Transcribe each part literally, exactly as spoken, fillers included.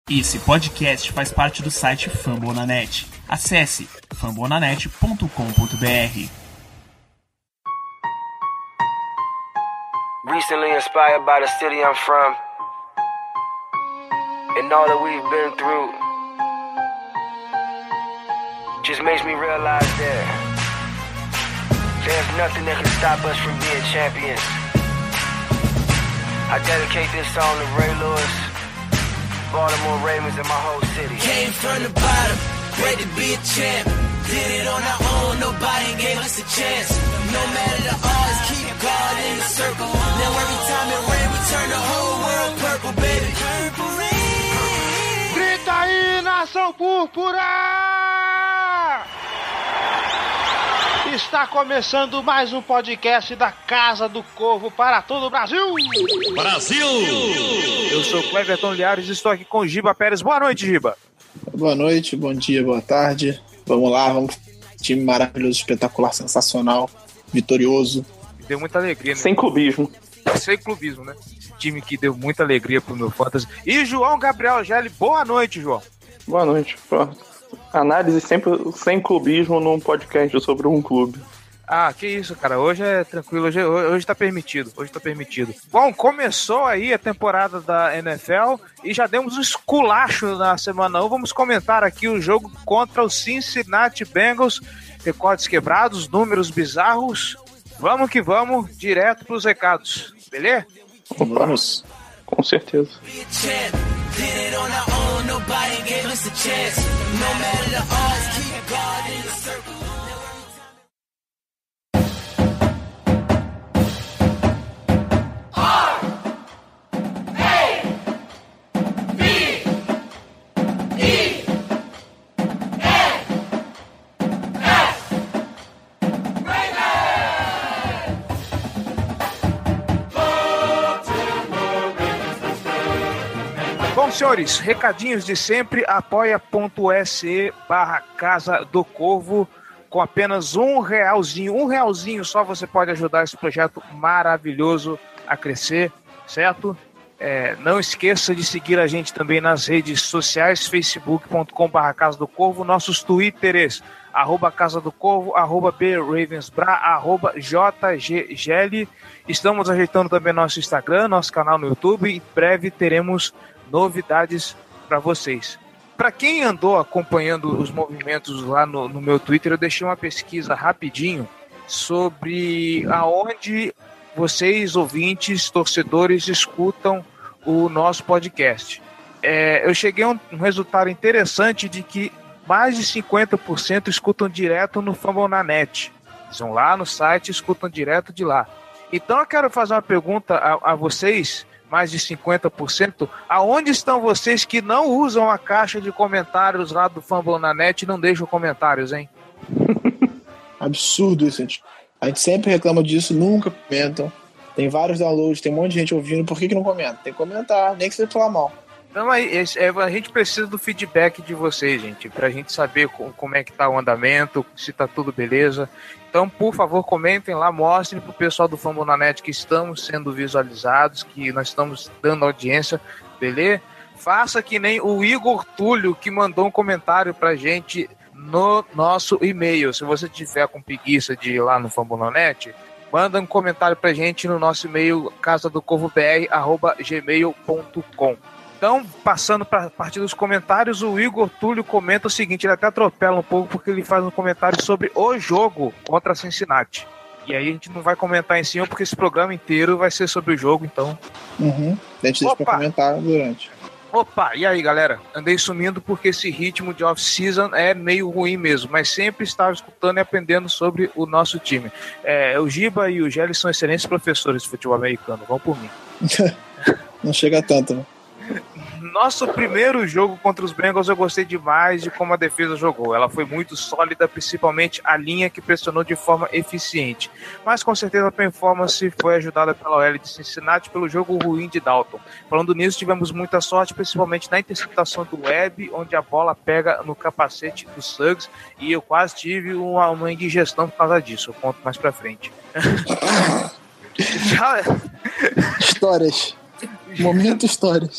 Esse podcast faz parte do site Fambonanet. Acesse fambonanet ponto com ponto b r. Recently inspired by the city I'm from and all that we've been through just makes me realize that there's nothing that can stop us from being champions. I dedicate this song to Ray Lewis, Baltimore Ravens, and my whole city. Came from the bottom, great to be a champ. Did it on our own, nobody gave us a chance. No matter the odds, keep God in the circle. Now every time it rain, we turn the whole world purple, baby. Purple rain. Grita aí, nação púrpura! Está começando mais um podcast da Casa do Corvo para todo o Brasil! Brasil! Eu sou o Cleverton Liares e estou aqui com o Giba Pérez. Boa noite, Giba! Boa noite, bom dia, boa tarde. Vamos lá, vamos. Time maravilhoso, espetacular, sensacional, vitorioso. Deu muita alegria, né? Sem clubismo. Sem clubismo, né? Time que deu muita alegria pro meu fantasy. E João Gabriel Gelli, boa noite, João. Boa noite. Análise sempre sem clubismo num podcast sobre um clube. Ah, que isso, cara. Hoje é tranquilo, hoje, hoje tá permitido. Hoje tá permitido. Bom, começou aí a temporada da N F L e já demos um esculacho na semana um. Vamos comentar aqui o jogo contra o Cincinnati Bengals. Recordes quebrados, números bizarros. Vamos que vamos, direto pros recados. Beleza? Vamos. Com certeza. Bom, senhores, recadinhos de sempre, apoia.se barra Casa do Corvo, com apenas um realzinho, um realzinho só você pode ajudar esse projeto maravilhoso a crescer, certo? É, não esqueça de seguir a gente também nas redes sociais, facebook ponto com barra Casa do Corvo, nossos twitters, arroba Casa do Corvo, arroba bravensbra, arroba jggl. Estamos ajeitando também nosso Instagram, nosso canal no YouTube, e em breve teremos novidades para vocês. Para quem andou acompanhando os movimentos lá no, no meu Twitter, eu deixei uma pesquisa rapidinho sobre aonde vocês, ouvintes, torcedores, escutam o nosso podcast. É, eu cheguei a um, um resultado interessante de que mais de cinquenta por cento escutam direto no Fambonanet. Eles vão lá no site e escutam direto de lá. Então eu quero fazer uma pergunta a, a vocês, mais de cinquenta por cento, aonde estão vocês que não usam a caixa de comentários lá do Fambonanet e não deixam comentários, hein? Absurdo isso, gente. A gente sempre reclama disso, nunca comentam. Tem vários downloads, tem um monte de gente ouvindo, por que que não comenta? Tem que comentar, nem que você falar mal. Então aí, a gente precisa do feedback de vocês, gente, pra gente saber como é que tá o andamento, se tá tudo beleza. Então, por favor, comentem lá, mostrem pro pessoal do Fambonanet que estamos sendo visualizados, que nós estamos dando audiência, beleza? Faça que nem o Igor Túlio, que mandou um comentário pra gente no nosso e-mail. Se você tiver com preguiça de ir lá no Fambonanet, manda um comentário pra gente no nosso e-mail, casadocorvobr arroba gmail ponto com. Então, passando para a parte dos comentários, o Igor Túlio comenta o seguinte, ele até atropela um pouco porque ele faz um comentário sobre o jogo contra a Cincinnati. E aí a gente não vai comentar em cima porque esse programa inteiro vai ser sobre o jogo, então... Uhum, a gente deixa para comentar durante. Opa, e aí galera? Andei sumindo porque esse ritmo de off-season é meio ruim mesmo, mas sempre estava escutando e aprendendo sobre o nosso time. É, o Giba e o Gelli são excelentes professores de futebol americano, vão por mim. Não chega tanto, né? Nosso primeiro jogo contra os Bengals eu gostei demais de como a defesa jogou. Ela foi muito sólida, principalmente a linha que pressionou de forma eficiente. Mas com certeza a performance foi ajudada pela O L de Cincinnati pelo jogo ruim de Dalton. Falando nisso, tivemos muita sorte, principalmente na interceptação do Webb, onde a bola pega no capacete do Suggs, e eu quase tive uma, uma indigestão por causa disso. Eu conto mais pra frente. Histórias. Momento histórias.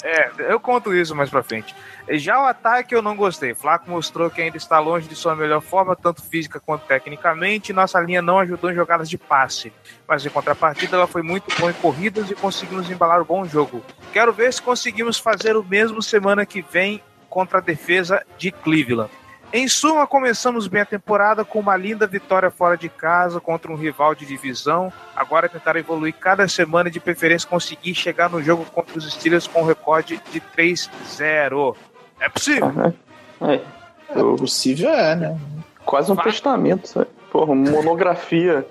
É, eu conto isso mais pra frente. Já o ataque eu não gostei. Flaco mostrou que ainda está longe de sua melhor forma, tanto física quanto tecnicamente, e nossa linha não ajudou em jogadas de passe. Mas em contrapartida ela foi muito boa em corridas e conseguimos embalar um bom jogo. Quero ver se conseguimos fazer o mesmo semana que vem contra a defesa de Cleveland. Em suma, começamos bem a temporada com uma linda vitória fora de casa contra um rival de divisão. Agora tentar evoluir cada semana e de preferência conseguir chegar no jogo contra os Steelers com um recorde de três a zero. É possível? Uhum. É. Eu... é possível, é, né? Quase um Fato. testamento, sabe? Porra, uma monografia.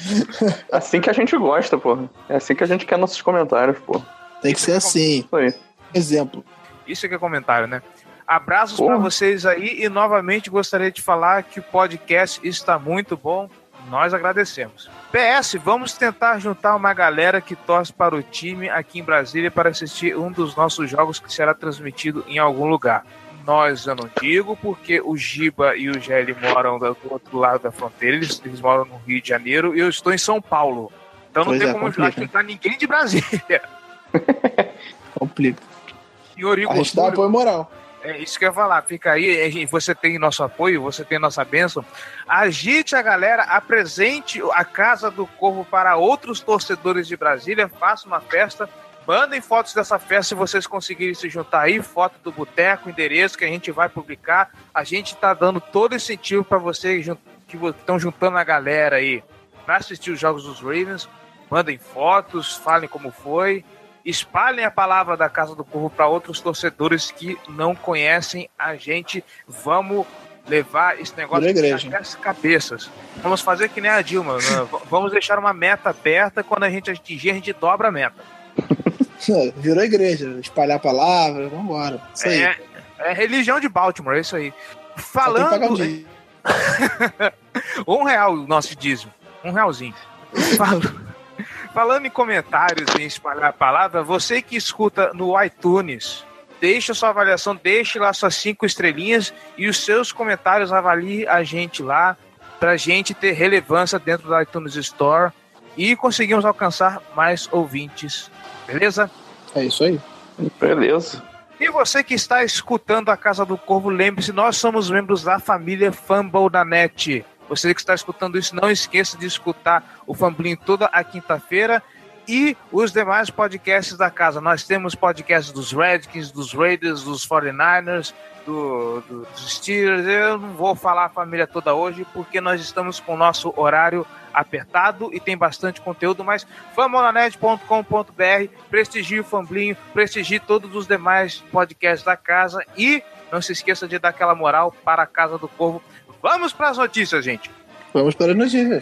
Assim que a gente gosta, porra. É assim que a gente quer nossos comentários, porra. Tem que ser assim. Isso aí. Exemplo. Isso aqui é comentário, né? Abraços para vocês aí e novamente gostaria de falar que o podcast está muito bom. Nós agradecemos. P S, vamos tentar juntar uma galera que torce para o time aqui em Brasília para assistir um dos nossos jogos que será transmitido em algum lugar. Nós, eu não digo, porque o Giba e o G L moram do outro lado da fronteira, eles, eles moram no Rio de Janeiro e eu estou em São Paulo. Então não pois tem é, como juntar ninguém de Brasília. Complica. Senhor Igor, a gente dá apoio moral. É isso que eu ia falar, fica aí, você tem nosso apoio, você tem nossa bênção. Agite a galera, apresente a Casa do Corvo para outros torcedores de Brasília, faça uma festa, mandem fotos dessa festa se vocês conseguirem se juntar aí, foto do boteco, endereço que a gente vai publicar. A gente tá dando todo esse incentivo para vocês que estão juntando a galera aí para assistir os jogos dos Ravens. Mandem fotos, falem como foi. Espalhem a palavra da Casa do Corvo para outros torcedores que não conhecem a gente. Vamos levar esse negócio até as cabeças. Vamos fazer que nem a Dilma. Né? Vamos deixar uma meta aberta. Quando a gente atingir, a gente dobra a meta. Virou igreja. Espalhar a palavra, vamos embora. Isso aí. É, é religião de Baltimore, é isso aí. Falando... um real o nosso dízimo. Um realzinho. Falando... Falando em comentários e em espalhar a palavra, você que escuta no iTunes, deixa sua avaliação, deixe lá suas cinco estrelinhas e os seus comentários, avalie a gente lá, pra gente ter relevância dentro do iTunes Store e conseguimos alcançar mais ouvintes, beleza? É isso aí. Beleza. E você que está escutando a Casa do Corvo, lembre-se, nós somos membros da família Fumble da Net. Você que está escutando isso, não esqueça de escutar o Fumblinho toda a quinta-feira e os demais podcasts da casa. Nós temos podcasts dos Redskins, dos Raiders, dos quarenta e nine ers, do, do, dos Steelers. Eu não vou falar a família toda hoje porque nós estamos com o nosso horário apertado e tem bastante conteúdo, mas fambonanet ponto com ponto b r, prestigie o Fumblinho, prestigie todos os demais podcasts da casa e não se esqueça de dar aquela moral para a Casa do Corvo. Vamos para as notícias, gente. Vamos para as notícias.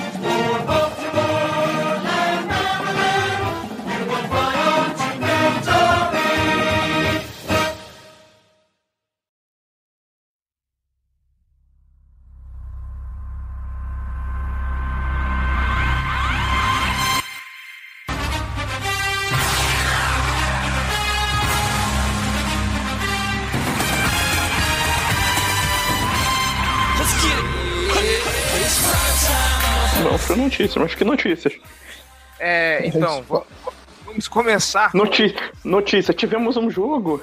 Não foi notícia, mas que notícias? É, então, vamos começar. Com... Noti- notícia, tivemos um jogo.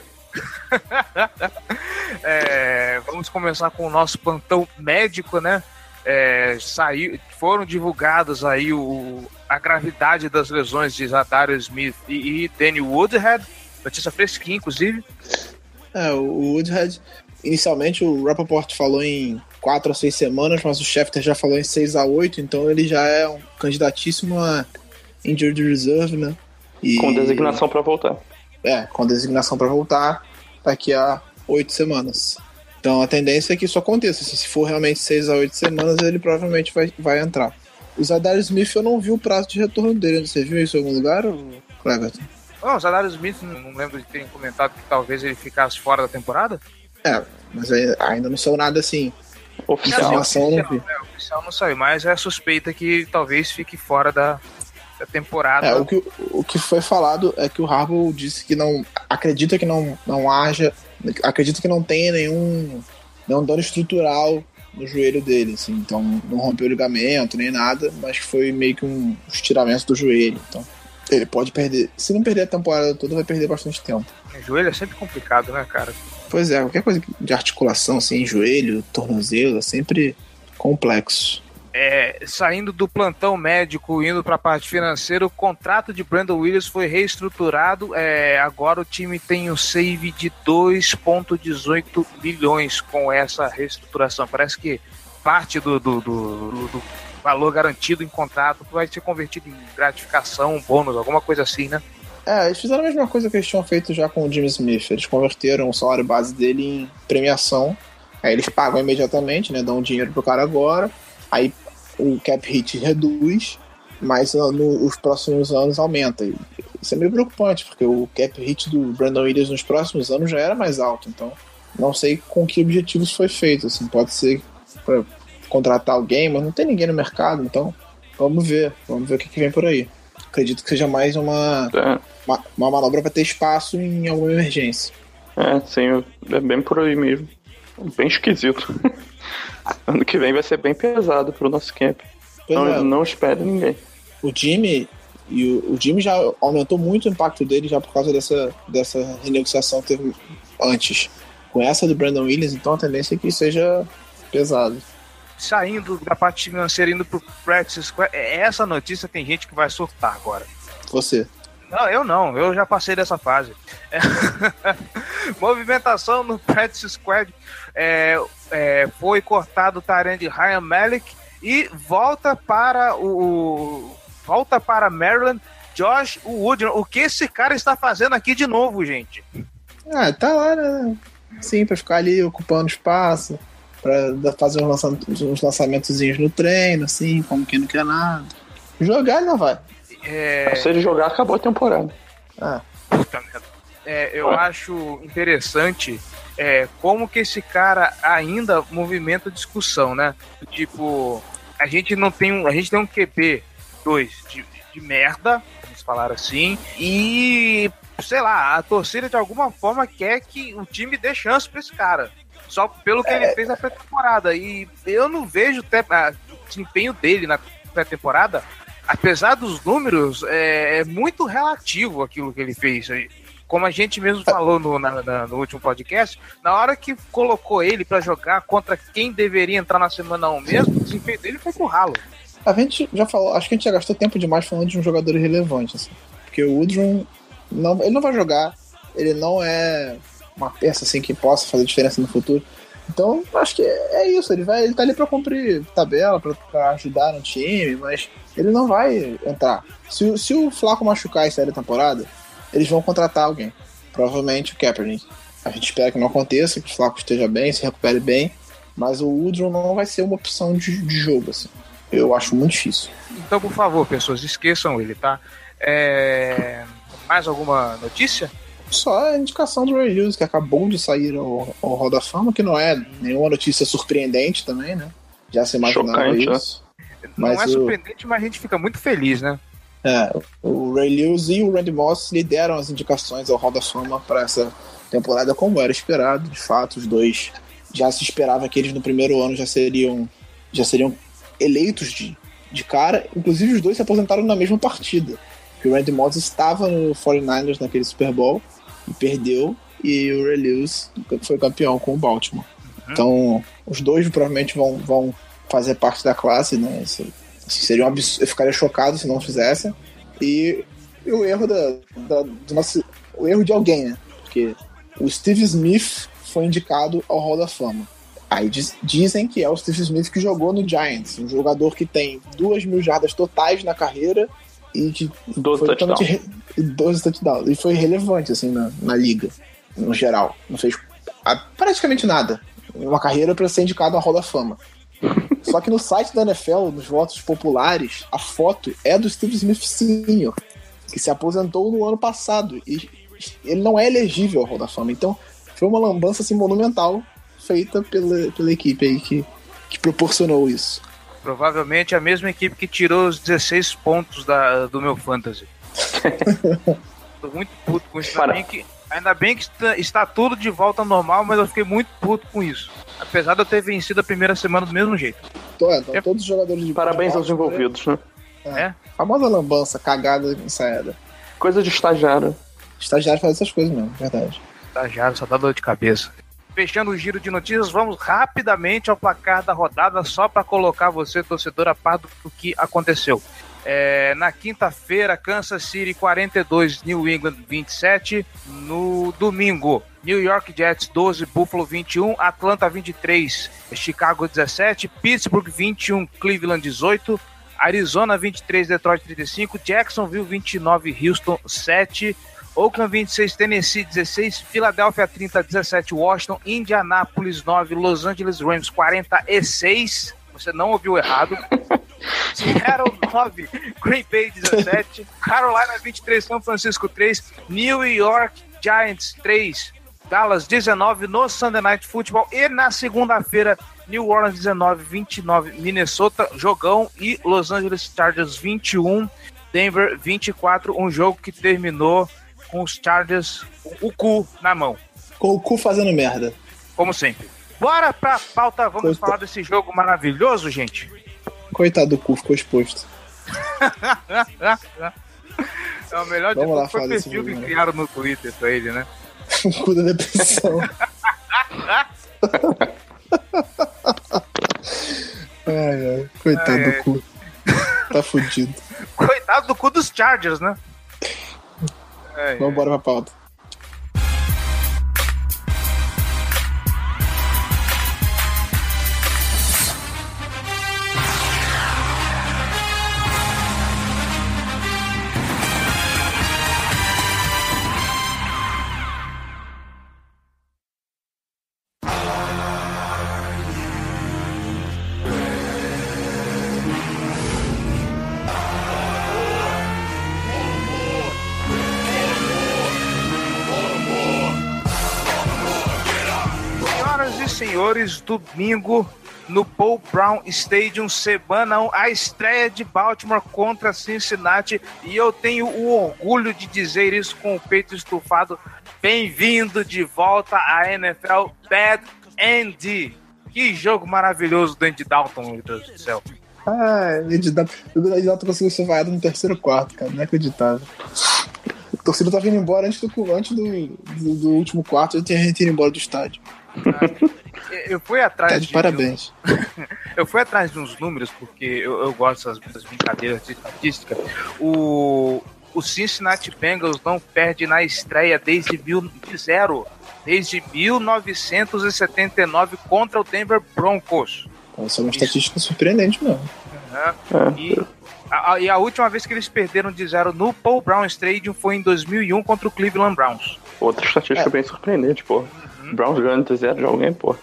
é, vamos começar com o nosso plantão médico, né? É, saiu, foram divulgados aí o, a gravidade das lesões de Zadarius Smith e, e Danny Woodhead. Notícia fresquinha, inclusive. É, o Woodhead, inicialmente o Rappaport falou em quatro a seis semanas, mas o Schefter já falou em seis a oito, então ele já é um candidatíssimo a Injured Reserve, né? E... com designação para voltar. É, com designação para voltar daqui a oito semanas. Então a tendência é que isso aconteça. Se for realmente seis a oito semanas, ele provavelmente vai, vai entrar. O Zadarius Smith, eu não vi o prazo de retorno dele. Você viu isso em algum lugar, Cleverton? Não, o Zadarius Smith, não lembro de terem comentado que talvez ele ficasse fora da temporada? É, mas ainda não saiu nada assim. Oficial. É, oficial, não, é, oficial não saiu, mas é suspeita que talvez fique fora da, da temporada. É, o que, o que foi falado é que o Harbaugh disse que não acredita que não, não haja, acredita que não tenha nenhum, nenhum dano estrutural no joelho dele, assim, então não rompeu o ligamento nem nada, mas foi meio que um estiramento do joelho, então Ele pode perder. Se não perder a temporada toda, vai perder bastante tempo. O joelho é sempre complicado, né, cara? Pois é, qualquer coisa de articulação, assim, joelho, tornozelo, é sempre complexo. É, saindo do plantão médico, indo para a parte financeira, o contrato de Brandon Williams foi reestruturado. É, agora o time tem um save de dois vírgula dezoito milhões com essa reestruturação. Parece que parte do, do, do, do valor garantido em contrato vai ser convertido em gratificação, bônus, alguma coisa assim, né? É, eles fizeram a mesma coisa que eles tinham feito já com o Jimmy Smith. Eles converteram o salário base dele em premiação. Aí eles pagam imediatamente, né? Dão dinheiro pro cara agora. Aí o cap hit reduz, mas nos próximos anos aumenta. Isso é meio preocupante, porque o cap hit do Brandon Williams nos próximos anos já era mais alto. Então, não sei com que objetivos foi feito. Assim, pode ser para contratar alguém, mas não tem ninguém no mercado. Então, vamos ver. Vamos ver o que, que vem por aí. Acredito que seja mais uma, é. uma, uma manobra para ter espaço em alguma emergência. É, sim, é bem por aí mesmo. Bem esquisito. Ano que vem vai ser bem pesado pro nosso camp. Não, é. não espere ninguém. O Jimmy, e o, o Jimmy já aumentou muito o impacto dele já por causa dessa, dessa renegociação que teve antes. Com essa do Brandon Williams, então a tendência é que seja pesado. Saindo da parte financeira, indo pro Practice Squad, essa notícia tem gente que vai surtar agora. Você? Não, eu não, eu já passei dessa fase. É. Movimentação no Practice Squad, é, é, foi cortado o Tyrande Ryan Malik e volta para o volta para Maryland Josh Woodron. O que esse cara está fazendo aqui de novo, gente? Ah, tá lá, né? Sim, para ficar ali ocupando espaço, para fazer uns, lança- uns lançamentozinhos no treino, assim, como quem não quer nada. Jogar ele não vai. É... Se ele jogar, acabou a temporada. Ah. Puta merda. É, eu ah. acho interessante é, como que esse cara ainda movimenta discussão, né? Tipo, a gente não tem um, a gente tem um Q B dois de, de merda, vamos falar assim, e sei lá, a torcida de alguma forma quer que o time dê chance pra esse cara. Só pelo que é. ele fez na pré-temporada. E eu não vejo te- a, o desempenho dele na pré-temporada. Apesar dos números, é, é muito relativo aquilo que ele fez. Como a gente mesmo falou no, na, na, no último podcast, na hora que colocou ele pra jogar contra quem deveria entrar na semana um mesmo, o desempenho dele foi pro ralo. A gente já falou, acho que a gente já gastou tempo demais falando de um jogador irrelevante, assim. Porque o Woodron, não, ele não vai jogar, ele não é uma peça assim que possa fazer diferença no futuro. Então, acho que é isso, ele, vai, ele tá ali pra cumprir tabela, pra, pra ajudar no time, mas ele não vai entrar. Se, se o Flaco machucar e sair da temporada, eles vão contratar alguém. Provavelmente o Kaepernick. A gente espera que não aconteça, que o Flaco esteja bem, se recupere bem, mas o Woodron não vai ser uma opção de, de jogo, assim. Eu acho muito difícil. Então, por favor, pessoas, esqueçam ele, tá? É... Mais alguma notícia? Só a indicação do Ray Lewis, que acabou de sair ao, ao Hall da Fama, que não é nenhuma notícia surpreendente também, né? Já se imaginava Chocante, isso. Né? Mas não é o... surpreendente, mas a gente fica muito feliz, né? É, o Ray Lewis e o Randy Moss lideram as indicações ao Hall da Fama para essa temporada, como era esperado. De fato, os dois já se esperava que eles no primeiro ano já seriam, já seriam eleitos de, de cara. Inclusive, os dois se aposentaram na mesma partida. O Randy Moss estava no forty-niners naquele Super Bowl e perdeu, e o Ray Lewis foi campeão com o Baltimore. Uhum. Então, os dois provavelmente vão, vão fazer parte da classe, né? Isso, isso seria um absurdo, eu ficaria chocado se não fizessem. E, e o erro da, da, do nosso, o erro de alguém, né? Porque o Steve Smith foi indicado ao Hall da Fama. Aí diz, dizem que é o Steve Smith que jogou no Giants, um jogador que tem duas mil jardas totais na carreira e que doze touchdowns. Re... doze touchdowns. E foi relevante assim na, na liga, no geral. Não fez praticamente nada. Uma carreira para ser indicado ao Hall da Fama. Só que no site da N F L, nos votos populares, a foto é do Steve Smith Sênior, que se aposentou no ano passado. E ele não é elegível ao Hall da Fama. Então foi uma lambança assim, monumental feita pela, pela equipe aí que, que proporcionou isso. Provavelmente a mesma equipe que tirou os dezesseis pontos da, do meu fantasy. Tô muito puto com isso. Ainda bem que, ainda bem que está, está tudo de volta ao normal, mas eu fiquei muito puto com isso. Apesar de eu ter vencido a primeira semana do mesmo jeito. Então, então, é. Todos os jogadores de Parabéns aos envolvidos, né? É. é. Famosa lambança, cagada ensaiada. Coisa de estagiário. Estagiário faz essas coisas mesmo, verdade. Estagiário só dá dor de cabeça. Fechando o giro de notícias, vamos rapidamente ao placar da rodada, só para colocar você, torcedor, a par do que aconteceu. É, na quinta-feira, Kansas City quarenta e dois, New England vinte e sete. No domingo, New York Jets doze, Buffalo vinte e um, Atlanta vinte e três, Chicago dezessete, Pittsburgh vinte e um, Cleveland dezoito, Arizona vinte e três, Detroit trinta e cinco, Jacksonville vinte e nove, Houston sete, Oakland vinte e seis, Tennessee dezesseis, Philadelphia trinta, dezessete, Washington, Indianapolis nove, Los Angeles Rams quarenta e seis, você não ouviu errado, Seattle nove, Green Bay dezessete, Carolina vinte e três, São Francisco três, New York Giants três, Dallas dezenove no Sunday Night Football, e na segunda-feira New Orleans dezenove, vinte e nove, Minnesota, jogão, e Los Angeles Chargers vinte e um, Denver vinte e quatro, um jogo que terminou com os Chargers com o cu na mão. Com o cu fazendo merda. Como sempre. Bora pra pauta, vamos Coita... falar desse jogo maravilhoso, gente. Coitado do cu, ficou exposto. É o melhor de tudo foi o perfil que criaram no Twitter pra ele, né? O cu da depressão. Ai, ai, coitado ai, do cu. Tá fudido. Coitado do cu dos Chargers, né? Ai, Vamos embora pra pauta. Senhores, domingo no Paul Brown Stadium, semana um, a estreia de Baltimore contra Cincinnati, e eu tenho o orgulho de dizer isso com o peito estufado. Bem-vindo de volta à N F L, Bad Andy. Que jogo maravilhoso do Andy Dalton, meu Deus do céu. Ah, o Andy Dalton, o Andy Dalton conseguiu ser vaiado no terceiro quarto, cara, inacreditável. A torcida tava indo embora antes do, antes do, do, do último quarto, a gente ia indo embora do estádio. Ah, eu fui atrás tá de, de parabéns. Um, eu fui atrás de uns números porque eu, eu gosto dessas brincadeiras de estatística. O, o Cincinnati Bengals não perde na estreia desde mil, zero, desde mil novecentos e setenta e nove contra o Denver Broncos. Essa é uma estatística Isso. surpreendente mesmo. Uhum. É. E, a, e a última vez que eles perderam de zero no Paul Brown Stadium foi em dois mil e um contra o Cleveland Browns. Outra estatística é. bem surpreendente, pô. Browns ganhando de zero de alguém, pô.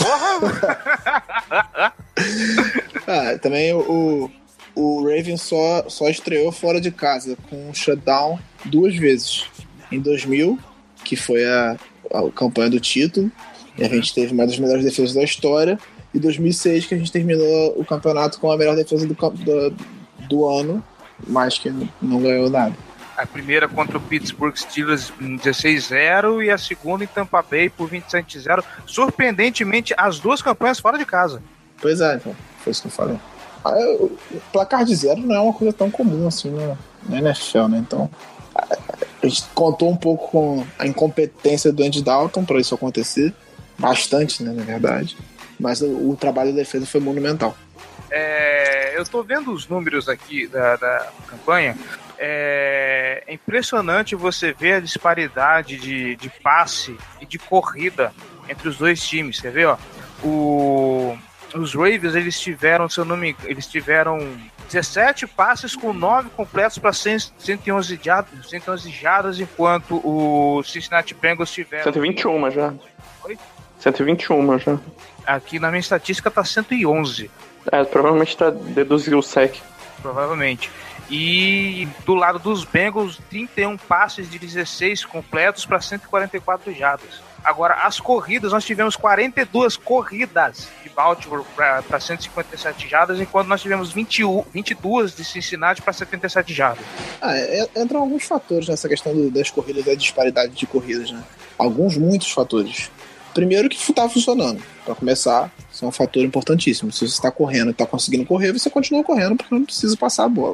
ah, também o, o Ravens só, só estreou fora de casa com um shutdown duas vezes. Em dois mil, que foi a, a campanha do título, e a gente teve uma das melhores defesas da história. E dois mil e seis, que a gente terminou o campeonato com a melhor defesa do, do, do ano, mas que não, não ganhou nada. A primeira contra o Pittsburgh Steelers em dezesseis a zero e a segunda em Tampa Bay por vinte e sete a zero. Surpreendentemente, as duas campanhas fora de casa. Pois é, então, foi isso que eu falei. Ah, o placar de zero não é uma coisa tão comum assim na, na N F L, né? Então, a gente contou um pouco com a incompetência do Andy Dalton para isso acontecer. Bastante, né, na verdade. Mas o, o trabalho da defesa foi monumental. É, eu tô vendo os números aqui da, da campanha. É impressionante você ver a disparidade de, de passe e de corrida entre os dois times. Quer ver, ó? O, os Ravens, eles tiveram, se eu não me engano, eles tiveram dezessete passes com nove completos para cento e onze jardas, enquanto o Cincinnati Bengals tiveram cento e vinte e um já. Oi? cento e vinte e um já. Aqui na minha estatística tá cento e onze. É, provavelmente tá deduziu o sec. Provavelmente. E do lado dos Bengals, trinta e um passes de dezesseis completos para cento e quarenta e quatro jardas. Agora, as corridas, nós tivemos quarenta e duas corridas de Baltimore para cento e cinquenta e sete jardas, enquanto nós tivemos vinte e um, vinte e dois de Cincinnati para setenta e sete jardas. Ah, é, entram alguns fatores nessa questão do, das corridas, da disparidade de corridas, né? Alguns, muitos fatores. Primeiro que está funcionando. Para começar, isso é um fator importantíssimo. Se você está correndo e está conseguindo correr, você continua correndo porque não precisa passar a bola.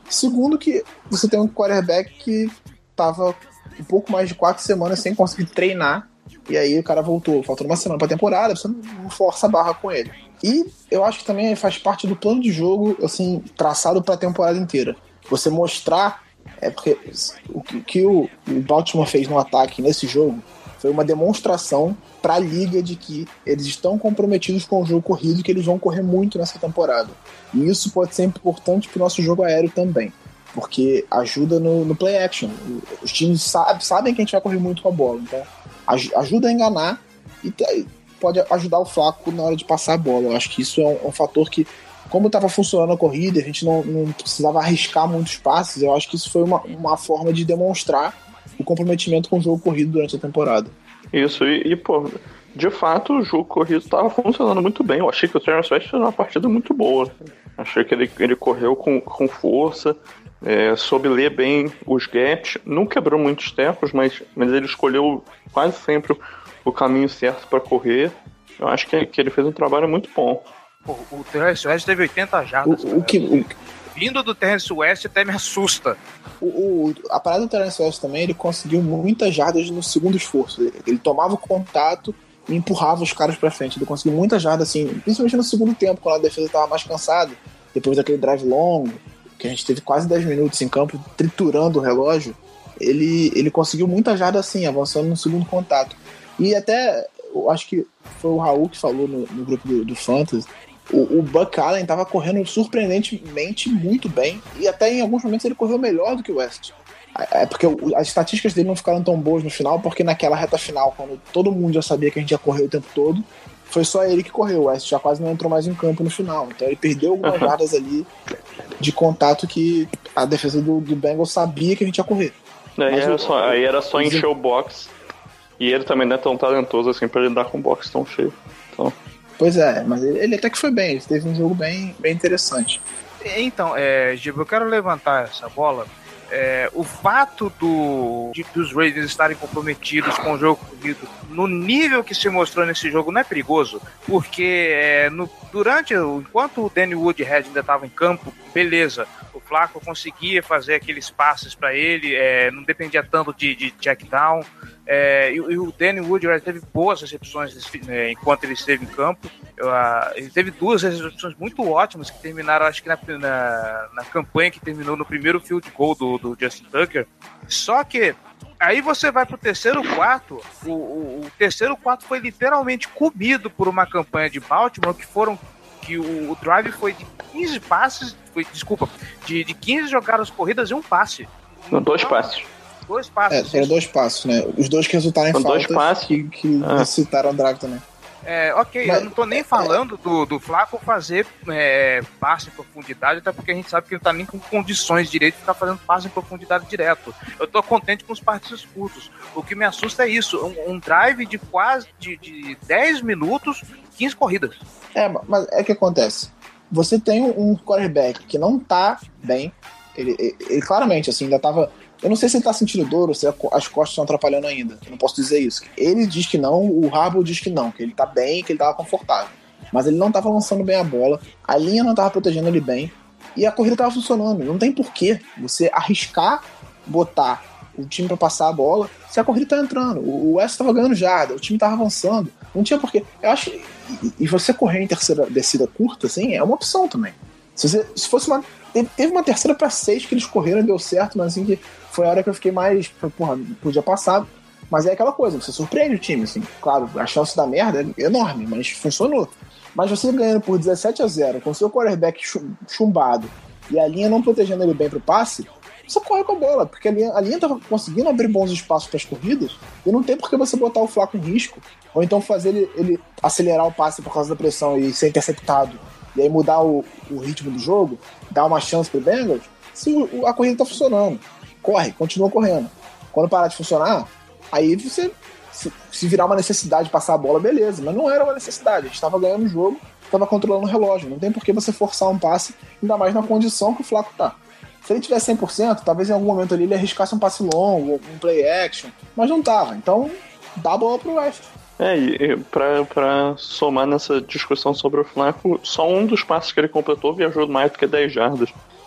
Segundo que você tem um quarterback que tava um pouco mais de quatro semanas sem conseguir treinar, e aí o cara voltou, faltando uma semana pra temporada, você não força a barra com ele. E eu acho que também faz parte do plano de jogo, assim, traçado pra temporada inteira. Você mostrar, é porque o que, que o, o Baltimore fez no ataque nesse jogo foi uma demonstração pra liga de que eles estão comprometidos com o jogo corrido e que eles vão correr muito nessa temporada. E isso pode ser importante pro nosso jogo aéreo também, porque ajuda no, no play action. Os times sabe, sabem que a gente vai correr muito com a bola, então ajuda a enganar e pode ajudar o Flaco na hora de passar a bola. Eu acho que isso é um, um fator que, como estava funcionando a corrida, a gente não, não precisava arriscar muitos passes. Eu acho que isso foi uma, uma forma de demonstrar o comprometimento com o jogo corrido durante a temporada. Isso, e, e pô, de fato o jogo corrido estava funcionando muito bem. Eu achei que o Terrence West fez uma partida muito boa. Achei que ele, ele correu com, com força, é, soube ler bem os gaps, não quebrou muitos tempos, mas, mas ele escolheu quase sempre o, o caminho certo para correr. Eu acho que, que ele fez um trabalho muito bom. Pô, o Terrence West teve oitenta jardas. O, o que, o... Vindo do Terrence West até me assusta. O, o, a parada do Terrence West também, ele conseguiu muitas jardas no segundo esforço. Ele, ele tomava o contato e empurrava os caras pra frente. Ele conseguiu muitas jardas, assim, principalmente no segundo tempo, quando a defesa estava mais cansada, depois daquele drive longo, que a gente teve quase dez minutos em campo, triturando o relógio. Ele, ele conseguiu muita jarda assim, avançando no segundo contato. E até, eu acho que foi o Raul que falou no, no grupo do, do Fantasy, o, o Buck Allen estava correndo surpreendentemente muito bem, e até em alguns momentos ele correu melhor do que o West. É porque as estatísticas dele não ficaram tão boas no final, porque naquela reta final, quando todo mundo já sabia que a gente ia correr o tempo todo, foi só ele que correu. O West já quase não entrou mais em campo no final. Então ele perdeu algumas jardas ali de contato que a defesa do, do Bengals sabia que a gente ia correr. Aí era, o, só, aí era só encher o box. E ele também não é tão talentoso assim pra lidar com o box tão cheio. Então... Pois é, mas ele, ele até que foi bem. Ele teve um jogo bem, bem interessante. Então, é, Giba, eu quero levantar essa bola. É, o fato do, de, dos Raiders estarem comprometidos com o jogo corrido no nível que se mostrou nesse jogo não é perigoso, porque é, no, durante, enquanto o Danny Woodhead ainda estava em campo, beleza, o Flacco conseguia fazer aqueles passes para ele, é, não dependia tanto de, de check down, é, e, e o Danny Woodhead teve boas recepções é, enquanto ele esteve em campo. Eu, a, ele teve duas recepções muito ótimas que terminaram, acho que na, na, na campanha que terminou no primeiro field goal do, do Justin Tucker. Só que aí você vai pro terceiro quarto, o, o, o terceiro quarto foi literalmente comido por uma campanha de Baltimore que foram que o, o drive foi de quinze passes, foi, desculpa, de, de quinze jogadas corridas e um passe. Não, dois passes. Dois passes. É, foram dois passes, né? Os dois que resultaram em São faltas dois passes. que, que ah. citaram o drive também. É, ok, mas, eu não tô nem falando do, do Flacco fazer é, passe em profundidade, até porque a gente sabe que ele tá nem com condições direito de ficar fazendo passe em profundidade direto. Eu tô contente com os passes curtos. O que me assusta é isso, um, um drive de quase de, de dez minutos, quinze corridas. É, mas é o que acontece. Você tem um quarterback que não tá bem, ele, ele, ele claramente, assim, ainda tava... Eu não sei se ele tá sentindo dor ou se as costas estão atrapalhando ainda. Eu não posso dizer isso. Ele diz que não, o Harbaugh diz que não, que ele tá bem, que ele tava confortável. Mas ele não tava lançando bem a bola, a linha não tava protegendo ele bem e a corrida tava funcionando. Não tem porquê você arriscar botar o time pra passar a bola se a corrida tá entrando. O West tava ganhando jarda, o time tava avançando. Não tinha porquê. Eu acho. E você correr em terceira descida curta, assim, é uma opção também. Se, você, se fosse uma. Teve uma terceira pra seis que eles correram e deu certo, mas assim que foi a hora que eu fiquei mais. Porra, podia passar. Mas é aquela coisa, você surpreende o time, assim. Claro, a chance da merda é enorme, mas funcionou. Mas você ganhando por dezessete a zero, com seu quarterback chumbado e a linha não protegendo ele bem pro passe, você corre com a bola, porque a linha, a linha tava conseguindo abrir bons espaços para as corridas e não tem por que você botar o Flacco em risco, ou então fazer ele, ele acelerar o passe por causa da pressão e ser interceptado, e aí mudar o, o ritmo do jogo, dar uma chance pro Bengals, se o, a corrida tá funcionando. Corre, continua correndo. Quando parar de funcionar, aí você, se, se virar uma necessidade de passar a bola, beleza, mas não era uma necessidade, a gente tava ganhando o jogo, tava controlando o relógio, não tem por que você forçar um passe, ainda mais na condição que o Flacco tá. Se ele tivesse cem por cento, talvez em algum momento ali ele arriscasse um passe longo, um play action, mas não tava, então dá a bola pro West. É, e pra, pra somar nessa discussão sobre o Flacco, só um dos passes que ele completou viajou mais do que dez jardas.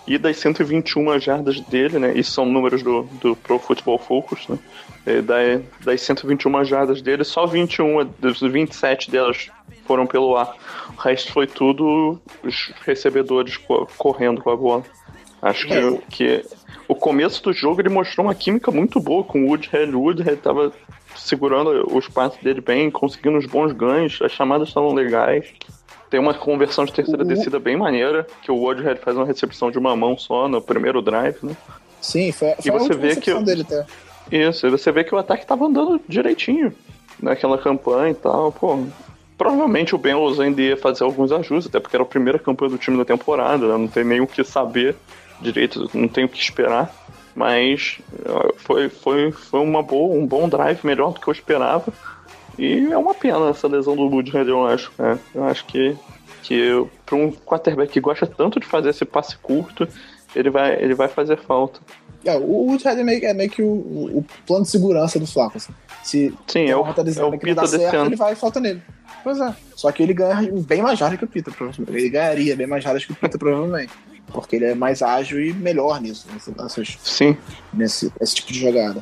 e das cento e vinte e uma jardas dele, né? Isso são números do, do Pro Football Focus, né? É, da, das cento e vinte e uma jardas dele, só vinte e uma dos vinte e sete delas foram pelo ar. O resto foi tudo os recebedores co- correndo com a bola. Acho que, é. que o começo do jogo ele mostrou uma química muito boa com o Woodhead. O Woodhead estava segurando os passes dele bem, conseguindo uns bons ganhos, as chamadas estavam legais. Tem uma conversão de terceira uhum. descida bem maneira, que o Woodhead faz uma recepção de uma mão só no primeiro drive, né? Sim, foi, foi e você a última vê recepção que, dele até. Isso, e você vê que o ataque estava andando direitinho naquela campanha e tal, pô. Provavelmente o Bengals ainda ia fazer alguns ajustes, até porque era a primeira campanha do time da temporada, né? Não tem nem o que saber direito, não tem o que esperar. Mas foi, foi, foi uma boa, um bom drive, melhor do que eu esperava. E é uma pena essa lesão do Woodhead, eu acho. Né? Eu acho que, que para um quarterback que gosta tanto de fazer esse passe curto, ele vai, ele vai fazer falta. É, o Woodhead é meio, é meio que o, o plano de segurança do Flaco. Assim. Se Sim, é o, é o Pita desse certo, ano. Ele vai e falta nele. Pois é. Só que ele ganha bem mais jardas que o Pita, provavelmente. Ele ganharia bem mais jardas que o Pita, provavelmente. Porque ele é mais ágil e melhor nisso. Nessas, Sim. Nesse esse tipo de jogada.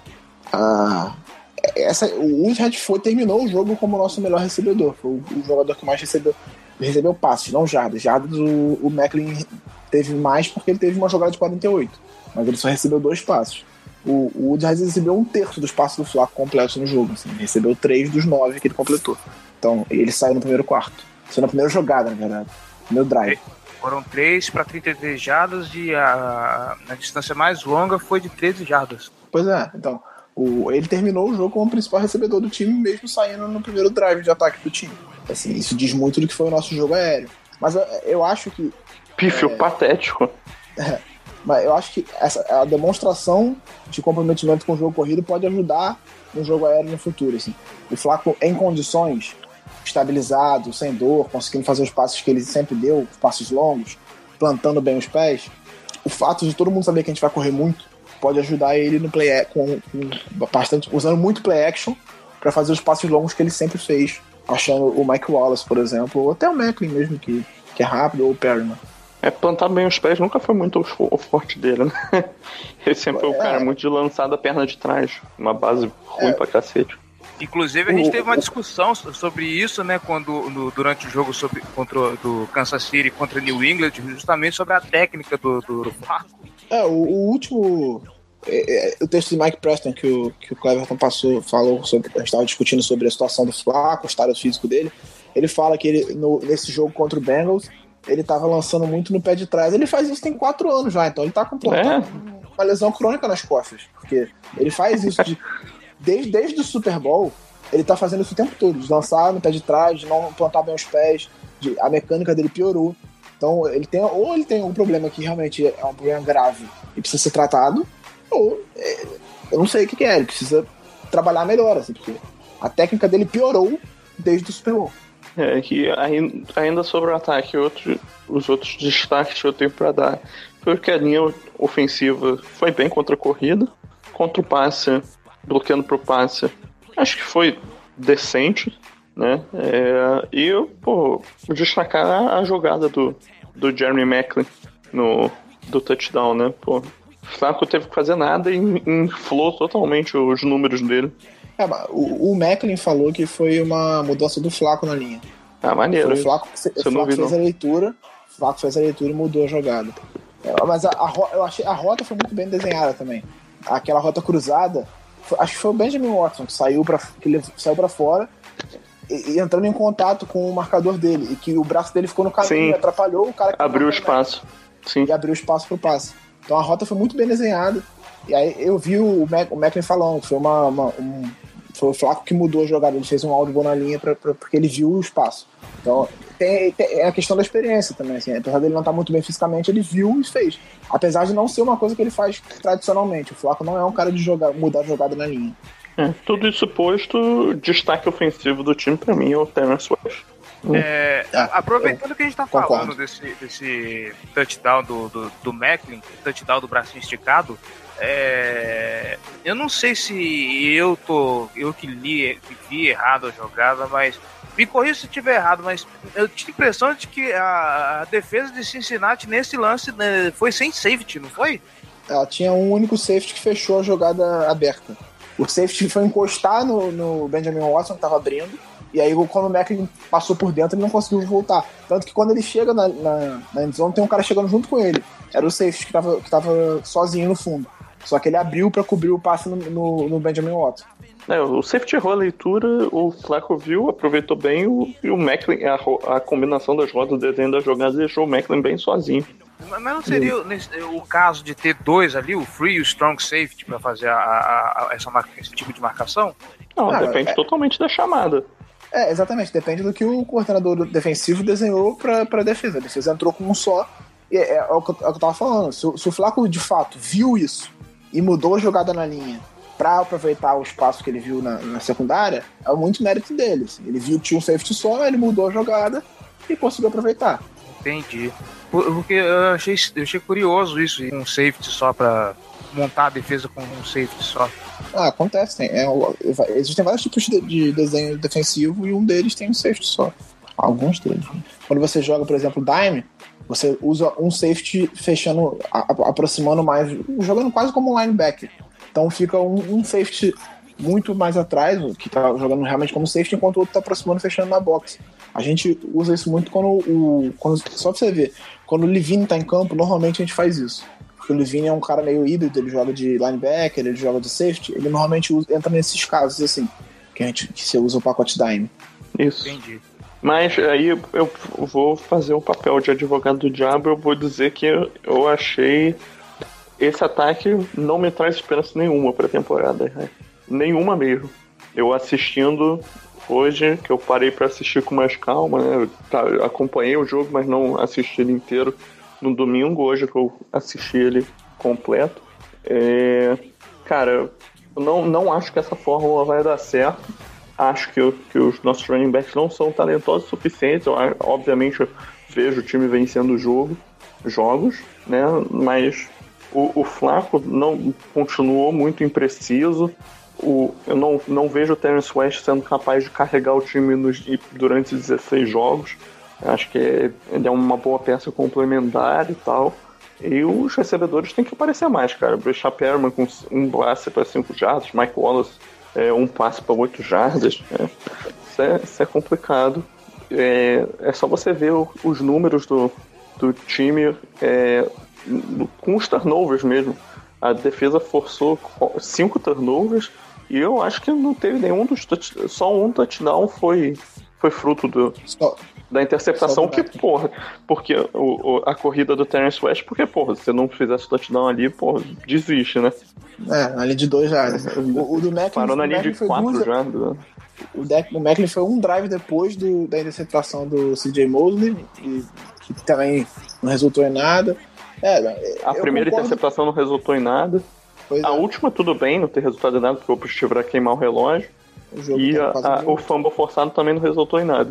Ah, essa, o Woodhead foi, terminou o jogo como o nosso melhor recebedor. Foi o, o jogador que mais recebeu, recebeu passes, não jardas. Jardas o, o Macklin teve mais porque ele teve uma jogada de quarenta e oito. Mas ele só recebeu dois passes. O, o Woodhead recebeu um terço dos passes do Flaco completos no jogo. Assim. Ele recebeu três dos nove que ele completou. Então ele saiu no primeiro quarto. Saiu na primeira jogada, na verdade. No primeiro drive. Foram três para trinta e três jardas e a, a distância mais longa foi de treze jardas. Pois é, então o, ele terminou o jogo como o principal recebedor do time, mesmo saindo no primeiro drive de ataque do time. Assim, isso diz muito do que foi o nosso jogo aéreo. Mas eu, eu acho que... Pífio é, patético. É, mas eu acho que essa, a demonstração de comprometimento com o jogo corrido pode ajudar no jogo aéreo no futuro. Assim. O Flaco, em condições... estabilizado, sem dor, conseguindo fazer os passos que ele sempre deu, os passos longos, plantando bem os pés, o fato de todo mundo saber que a gente vai correr muito pode ajudar ele no play com, com bastante, usando muito play action para fazer os passos longos que ele sempre fez, achando o Mike Wallace, por exemplo, ou até o Macklin mesmo, que, que é rápido, ou o Perryman. É, plantar bem os pés nunca foi muito o forte dele, né? Ele sempre foi um é. cara muito de lançar da perna de trás, uma base ruim é. pra cacete. Inclusive, a gente teve uma discussão sobre isso, né, quando, no, durante o jogo sobre, contra, do Kansas City contra New England, justamente sobre a técnica do, do Flaco. É, o, o último... É, é, o texto de Mike Preston que o, que o Cleverton passou, falou sobre, a gente estava discutindo sobre a situação do Flaco, o estado físico dele. Ele fala que ele, no, nesse jogo contra o Bengals, ele estava lançando muito no pé de trás. Ele faz isso tem quatro anos já, então ele está com é. uma lesão crônica nas costas, porque ele faz isso de... Desde, desde o Super Bowl, ele tá fazendo isso o tempo todo, de lançar no pé de trás, de não plantar bem os pés, de, a mecânica dele piorou. Então, ele tem, ou ele tem um problema que realmente é um problema grave e precisa ser tratado, ou é, eu não sei o que, que é, ele precisa trabalhar melhor, assim, porque a técnica dele piorou desde o Super Bowl. É, que ainda sobre o ataque, outro, os outros destaques que eu tenho pra dar, porque a linha ofensiva foi bem contra a corrida, contra o passe, bloqueando pro passe, acho que foi decente, né? É, e eu, pô, destacar a, a jogada do, do Jeremy Macklin no, do touchdown, né? Pô, o Flaco teve que fazer nada e inflou totalmente os números dele. É, o, o Macklin falou que foi uma mudança do Flaco na linha. Ah, maneiro. Foi o Flaco, o Flaco fez a leitura, o Flaco fez a leitura e mudou a jogada. É, mas a, a, eu achei a rota foi muito bem desenhada também. Aquela rota cruzada, acho que foi o Benjamin Watson que saiu pra, que ele saiu pra fora e, e entrando em contato com o marcador dele, e que o braço dele ficou no caminho, e atrapalhou o cara que abriu o espaço. Sim. E abriu espaço pro passe. Então a rota foi muito bem desenhada. E aí eu vi o, Mac, o Macklin falando que foi uma, uma um, foi o Flaco que mudou a jogada, ele fez um áudio bom na linha pra, pra, porque ele viu o espaço. Então tem, tem, é a questão da experiência também, assim, apesar dele não estar muito bem fisicamente, ele viu e fez. Apesar de não ser uma coisa que ele faz tradicionalmente, o Flaco não é um cara de jogar, mudar a jogada na linha. É, tudo isso posto, o destaque ofensivo do time pra mim é o Terrence West. É, Ah, aproveitando eu que a gente tá concordo. falando desse, desse touchdown do, do, do Macklin, touchdown do bracinho esticado, é, eu não sei se eu tô eu que li vi errado a jogada, mas me corrija se eu estiver errado, mas eu tive a impressão de que a, a defesa de Cincinnati nesse lance, né, foi sem safety, não foi? Ela tinha um único safety que fechou a jogada aberta. O safety foi encostar no, no Benjamin Watson, que estava abrindo, e aí quando o Macklin passou por dentro, ele não conseguiu voltar. Tanto que quando ele chega na, na, na endzone, tem um cara chegando junto com ele. Era o safety que estava que tava sozinho no fundo. Só que ele abriu para cobrir o passe no, no, no Benjamin Watson. É, o safety errou a leitura, o Flacco viu, aproveitou bem, o, e o Macklin, a, a combinação das rodas, o desenho das jogadas, deixou o Macklin bem sozinho. Mas não seria nesse, o caso de ter dois ali, o free e o strong safety, para fazer a, a, a, essa marca, esse tipo de marcação? Não, Ah, depende é... totalmente da chamada. É, exatamente, depende do que o coordenador defensivo desenhou para a defesa. A defesa entrou com um só, e é, é, o, que eu, é o que eu tava falando. Se, se o Flacco de fato viu isso e mudou a jogada na linha para aproveitar o espaço que ele viu na, na secundária, é muito mérito dele. Assim. Ele viu que tinha um safety só, ele mudou a jogada e conseguiu aproveitar. Entendi. Porque eu achei, eu achei curioso isso, um safety só pra montar a defesa com um safety só. Ah, acontece. Tem, é, existem vários tipos de, de desenho defensivo e um deles tem um safety só. Alguns deles. Quando você joga, por exemplo, dime, você usa um safety fechando, a, a, aproximando mais, jogando quase como um linebacker. Então fica um, um safety muito mais atrás, que tá jogando realmente como safety, enquanto o outro tá aproximando, fechando na box. A gente usa isso muito quando o... Quando, só pra você ver, quando o Levine tá em campo, normalmente a gente faz isso. Porque o Levine é um cara meio híbrido, ele joga de linebacker, ele joga de safety, ele normalmente usa, entra nesses casos, assim, que, a gente, que você usa o pacote dime. Isso. Entendi. Mas aí eu vou fazer o papel de advogado do diabo, eu vou dizer que eu achei esse ataque não me traz esperança nenhuma pra temporada. Né? Nenhuma mesmo. Eu assistindo hoje, que eu parei pra assistir com mais calma, né? Eu acompanhei o jogo, mas não assisti ele inteiro no domingo, hoje que eu assisti ele completo. É... Cara, eu não, não acho que essa fórmula vai dar certo. Acho que, que os nossos running backs não são talentosos o suficiente. Eu, obviamente, eu vejo o time vencendo o jogo, jogos, né? Mas o, o Flacco não, continuou muito impreciso. O, eu não, não vejo o Terrence West sendo capaz de carregar o time nos, durante os dezesseis jogos. Acho que é, ele é uma boa peça complementar e tal. E os recebedores têm que aparecer mais, cara. Breshad Perriman com um passe para cinco jardas, Mike Wallace é, um passe para oito jardas. É. Isso, é, isso é complicado. É, é só você ver o, os números do, do time é, com os turnovers mesmo. A defesa forçou cinco turnovers e eu acho que não teve nenhum dos touch, só um touchdown foi, foi fruto do, Só, da interceptação, que porra, porque o, o, a corrida do Terrence West, porque porra, se você não fizesse touchdown ali, porra, desiste, né? É, na linha de dois jardas. O, o do Macklin, parou na linha de quatro duas... jardas. Né? O, deck, o Macklin foi um drive depois do, da interceptação do C J Mosley, e, que também não resultou em nada. É, a primeira concordo... interceptação não resultou em nada. Pois a é. última, tudo bem, não ter resultado em nada, porque o objetivo era queimar o relógio. O jogo e a, a, o fumble forçado também não resultou em nada.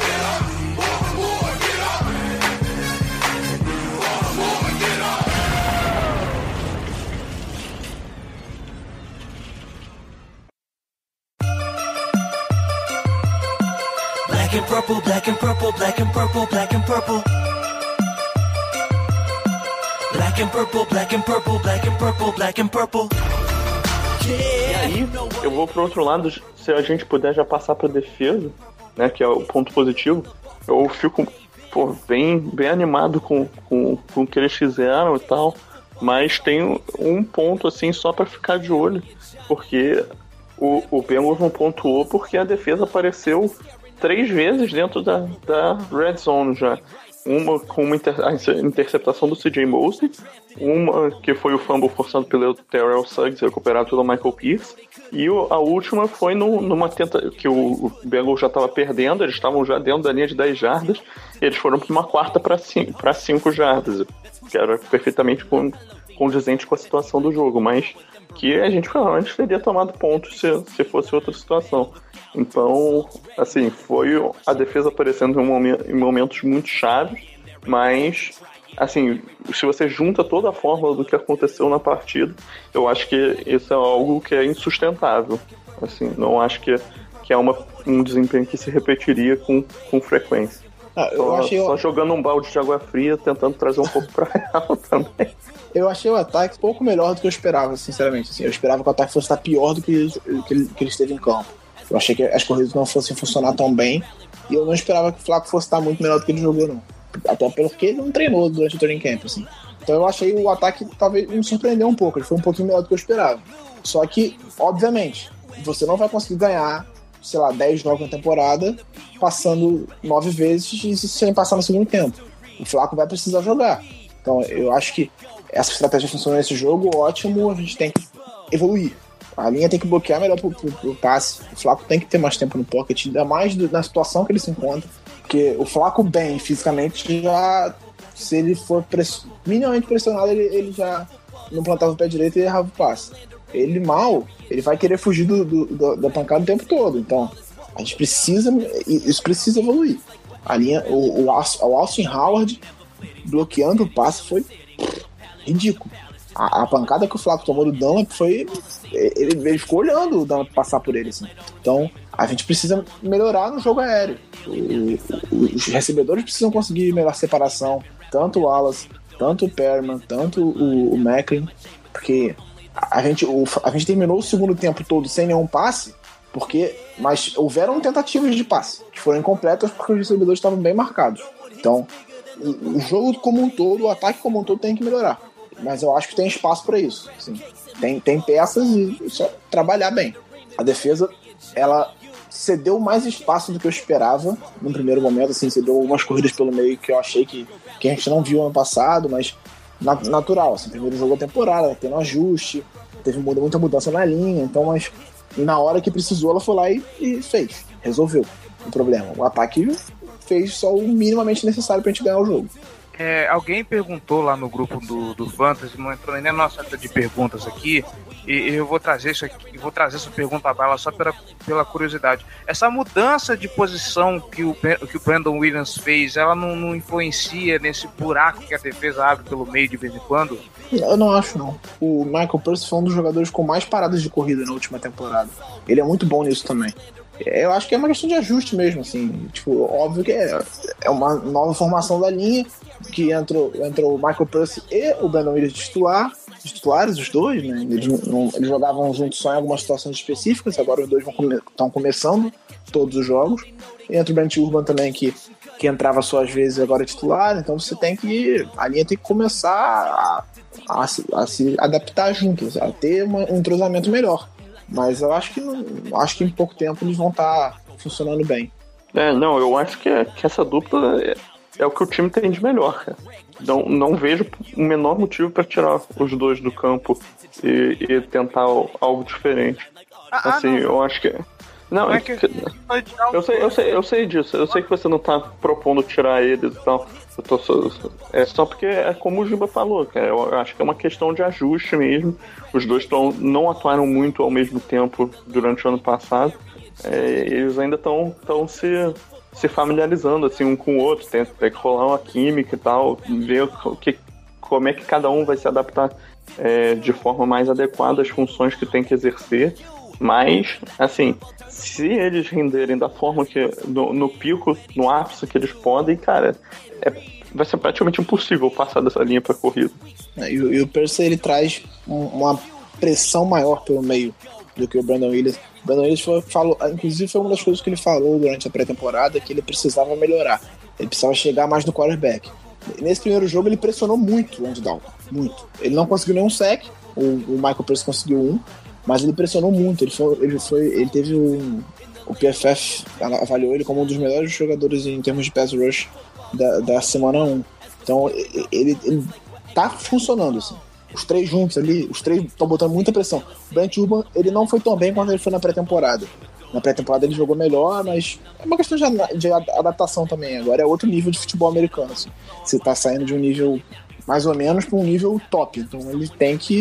Black and purple, black and purple, black and purple, black and purple. Black and purple, black and purple, black and purple, black and purple. E aí, eu vou pro outro lado, se a gente puder já passar pra defesa, né, que é o ponto positivo, eu fico, pô, bem, bem animado com, com, com o que eles fizeram e tal, mas tem um ponto, assim, só pra ficar de olho, porque o, o Bengals não pontuou porque a defesa apareceu três vezes dentro da, da red zone já. Uma com uma inter- a interceptação do C J Mosley, uma que foi o fumble forçado pelo Terrell Suggs, recuperado pelo Michael Pierce, e o, a última foi no, numa tenta que o, o Bengals já estava perdendo, eles estavam já dentro da linha de dez jardas, e eles foram para uma quarta para cinco jardas, que era perfeitamente condizente com a situação do jogo, mas que a gente provavelmente teria tomado pontos se, se fosse outra situação. Então, assim, foi a defesa aparecendo em, um momento, em momentos muito chaves, mas, assim, se você junta toda a fórmula do que aconteceu na partida, eu acho que isso é algo que é insustentável. Assim, não acho que, que é uma, um desempenho que se repetiria com, com frequência. Ah, eu só, achei só eu... jogando um balde de água fria, tentando trazer um pouco pra real também. Eu achei o ataque um pouco melhor do que eu esperava, sinceramente. Assim, eu esperava que o ataque fosse estar pior do que, que, ele, que ele esteve em campo. Eu achei que as corridas não fossem funcionar tão bem. E eu não esperava que o Flaco fosse estar muito melhor do que ele jogou, não. Até porque ele não treinou durante o training camp, assim. Então eu achei o ataque, talvez, me surpreendeu um pouco. Ele foi um pouquinho melhor do que eu esperava. Só que, obviamente, você não vai conseguir ganhar, sei lá, dez jogos na temporada, passando nove vezes e sem passar no segundo tempo. O Flaco vai precisar jogar. Então eu acho que essa estratégia funciona nesse jogo, ótimo, a gente tem que evoluir. A linha tem que bloquear melhor pro, pro, pro passe. O Flaco tem que ter mais tempo no pocket, ainda mais do, na situação que ele se encontra. Porque o Flaco bem, fisicamente, já, se ele for press, minimamente pressionado, ele, ele já não plantava o pé direito e errava o passe. Ele mal, ele vai querer fugir do, do, do, da pancada o tempo todo. Então, a gente precisa, isso precisa evoluir. A linha, o, o, o Austin Howard bloqueando o passe foi ridículo. A, a pancada que o Flaco tomou do Dunlap foi... Ele, ele ficou olhando o Dunlap passar por ele, assim. Então, a gente precisa melhorar no jogo aéreo. O, o, os recebedores precisam conseguir melhor separação. Tanto o Wallace, tanto o Perriman, tanto o, o Macklin. Porque a gente, o, a gente terminou o segundo tempo todo sem nenhum passe, porque, mas houveram tentativas de passe que foram incompletas porque os recebedores estavam bem marcados. Então, o, o jogo como um todo, o ataque como um todo tem que melhorar. Mas eu acho que tem espaço para isso. Assim. Tem, tem peças e só trabalhar bem. A defesa, ela cedeu mais espaço do que eu esperava no primeiro momento. Assim, cedeu algumas corridas pelo meio que eu achei que, que a gente não viu ano passado, mas natural. Assim, primeiro jogo da temporada, tendo ajuste, teve muita mudança na linha. Então, mas na hora que precisou, ela foi lá e, e fez. Resolveu o problema. O ataque fez só o minimamente necessário pra gente ganhar o jogo. É, alguém perguntou lá no grupo do, do Fantasy, não entrou nem na nossa lista de perguntas aqui, e, e eu vou trazer isso aqui, vou trazer essa pergunta para ela só pela, pela curiosidade. Essa mudança de posição que o, que o Brandon Williams fez, ela não, não influencia nesse buraco que a defesa abre pelo meio de vez em quando? Eu não acho, não. O Michael Pierce foi um dos jogadores com mais paradas de corrida na última temporada. Ele é muito bom nisso também. Eu acho que é uma questão de ajuste mesmo, assim. Tipo, óbvio que é, é uma nova formação da linha, que entrou, entrou o Michael Pierce e o Brandon Williams de titular, de titulares, os dois, né? Eles, não, eles jogavam juntos só em algumas situações específicas, agora os dois estão come, começando todos os jogos. E entra o Brent Urban também, que, que entrava só às vezes e agora é titular, então você tem que... A linha tem que começar a, a, a se adaptar juntos, a ter uma, um entrosamento melhor. Mas eu acho que, não, acho que em pouco tempo eles vão estar tá funcionando bem. É, não, eu acho que, que essa dupla é, é o que o time tem de melhor, cara. Não, não vejo o menor motivo para tirar os dois do campo e, e tentar algo diferente. Ah, assim, ah, eu acho que... Não, não é que... eu, sei, eu, sei, eu sei disso. Eu sei que você não tá propondo tirar eles e tal. Eu tô só, é só porque é como o Giba falou, cara. Eu acho que é uma questão de ajuste mesmo. Os dois tão, não atuaram muito ao mesmo tempo durante o ano passado. É, eles ainda estão se, se familiarizando assim, um com o outro. Tem, tem que rolar uma química e tal. Ver o que, como é que cada um vai se adaptar é, de forma mais adequada às funções que tem que exercer. Mas, assim, se eles renderem da forma que, no, no pico, no ápice que eles podem, cara, é, vai ser praticamente impossível passar dessa linha para corrida. E, e o Percy, ele traz um, uma pressão maior pelo meio do que o Brandon Williams. O Brandon Williams foi, falou, inclusive foi uma das coisas que ele falou durante a pré-temporada, que ele precisava melhorar. Ele precisava chegar mais no quarterback. Nesse primeiro jogo, ele pressionou muito o Andy Dalton. Muito. Ele não conseguiu nenhum sack, o, o Michael Pierce conseguiu um, mas ele pressionou muito. Ele, foi, ele, foi, ele teve um... O P F F avaliou ele como um dos melhores jogadores em termos de pass rush da, da semana um. Então, ele, ele tá funcionando, assim. Os três juntos ali, os três estão botando muita pressão. O Brent Urban, ele não foi tão bem quanto ele foi na pré-temporada. Na pré-temporada ele jogou melhor, mas é uma questão de, de adaptação também. Agora é outro nível de futebol americano, assim. Você tá saindo de um nível mais ou menos para um nível top. Então ele tem que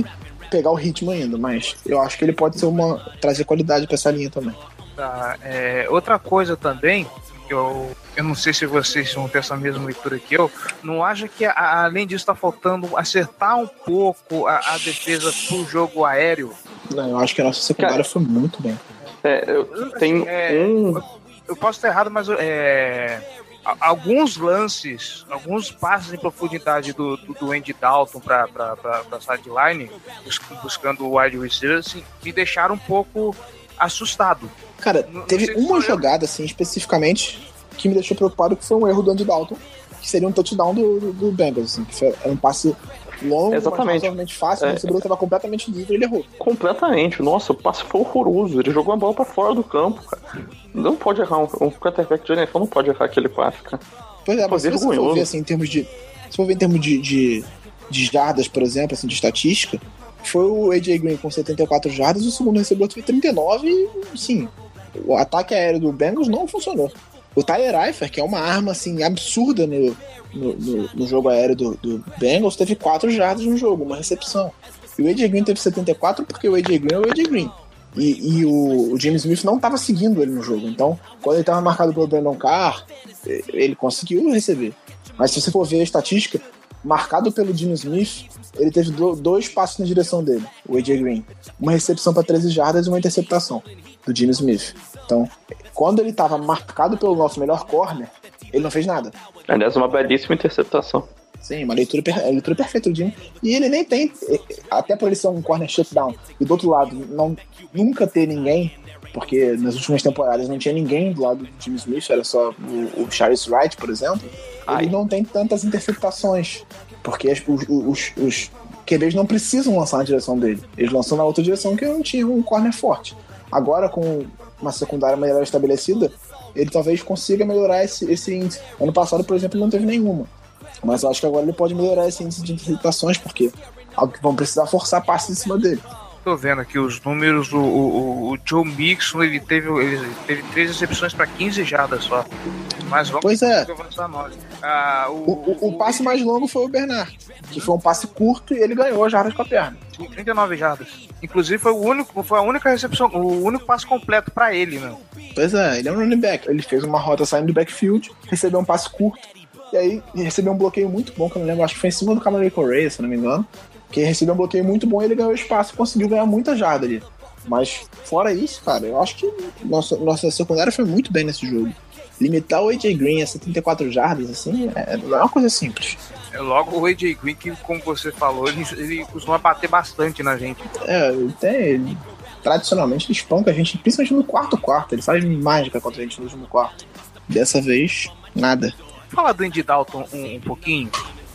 pegar o ritmo ainda, mas eu acho que ele pode ser uma, trazer qualidade pra essa linha também. Tá, é, outra coisa também, que eu, eu não sei se vocês vão ter essa mesma leitura que eu, não acha que a, além disso tá faltando acertar um pouco a, a defesa pro jogo aéreo? Não, eu acho que a nossa secundária foi muito bem. É, eu, tem é, um... eu, eu posso estar errado, mas é, alguns lances, alguns passes em profundidade do, do, do Andy Dalton para a sideline, buscando o wide receiver, assim, me deixaram um pouco assustado. Cara, não, teve não uma jogada, assim, especificamente, que me deixou preocupado, que foi um erro do Andy Dalton, que seria um touchdown do, do, do Bengals, assim, que foi, era um passe longo, exatamente, mas razoavelmente fácil, é. O recebedor estava completamente livre e ele errou. Completamente, nossa, o passe foi horroroso, ele jogou a bola pra fora do campo, cara. Não pode errar, um, um quarterback de N F L não pode errar aquele passe, cara. Pois é, mas se você for ver, assim, em termos de, se for ver em termos de, de, de jardas, por exemplo, assim, de estatística, foi o A J Green com setenta e quatro jardas, o segundo recebedor teve trinta e nove e, sim, o ataque aéreo do Bengals não funcionou. O Tyler Eifert, que é uma arma, assim, absurda no, no, no, no jogo aéreo do, do Bengals, teve quatro jardas no jogo, uma recepção. E o A J Green teve setenta e quatro porque o A J Green é o A J Green. E, e o, o James Smith não estava seguindo ele no jogo. Então, quando ele estava marcado pelo Brandon Carr, ele conseguiu receber. Mas se você for ver a estatística, marcado pelo James Smith, ele teve do, dois passos na direção dele, o A J Green. Uma recepção para treze jardas e uma interceptação do James Smith. Então, quando ele estava marcado pelo nosso melhor corner, ele não fez nada. Aliás, uma belíssima interceptação. Sim, uma leitura, per- leitura perfeita do Jimmy. E ele nem tem, até por ele ser um corner shutdown, e do outro lado, não, nunca ter ninguém, porque nas últimas temporadas não tinha ninguém do lado do Jimmy Smith, era só o, o Charis Wright, por exemplo. Ai. Ele não tem tantas interceptações, porque as, os, os, os Q Bs não precisam lançar na direção dele. Eles lançam na outra direção, que não tinha um corner forte. Agora, com uma secundária melhor estabelecida, ele talvez consiga melhorar esse, esse índice. Ano passado, por exemplo, ele não teve nenhuma. Mas eu acho que agora ele pode melhorar esse índice de interceptações, porque vão precisar forçar passes em cima dele. Tô vendo aqui os números, o, o, o Joe Mixon, ele teve, ele teve três recepções para quinze jardas só. Mas vamos pois é. Ah, o, o, o, o passe mais longo foi o Bernard, que foi um passe curto e ele ganhou as jardas com a perna. trinta e nove jardas. Inclusive foi o único, foi a única recepção, o único passe completo para ele, né? Pois é, ele é um running back. Ele fez uma rota saindo do backfield, recebeu um passe curto, e aí recebeu um bloqueio muito bom, que eu não lembro, acho que foi em cima do Cameron Correa, se não me engano, que recebeu um bloqueio muito bom e ele ganhou espaço e conseguiu ganhar muita jarda ali. Mas fora isso, cara, eu acho que nossa, nossa secundária foi muito bem nesse jogo. Limitar o A J Green a setenta e quatro jardas, assim, é, não é uma coisa simples. É logo o A J Green, que como você falou, ele, ele costuma bater bastante na gente. É, ele tem... Ele, tradicionalmente ele espanca a gente, principalmente no quarto quarto. Ele faz mágica contra a gente no último quarto. Dessa vez, nada. Fala do Andy Dalton um, um pouquinho.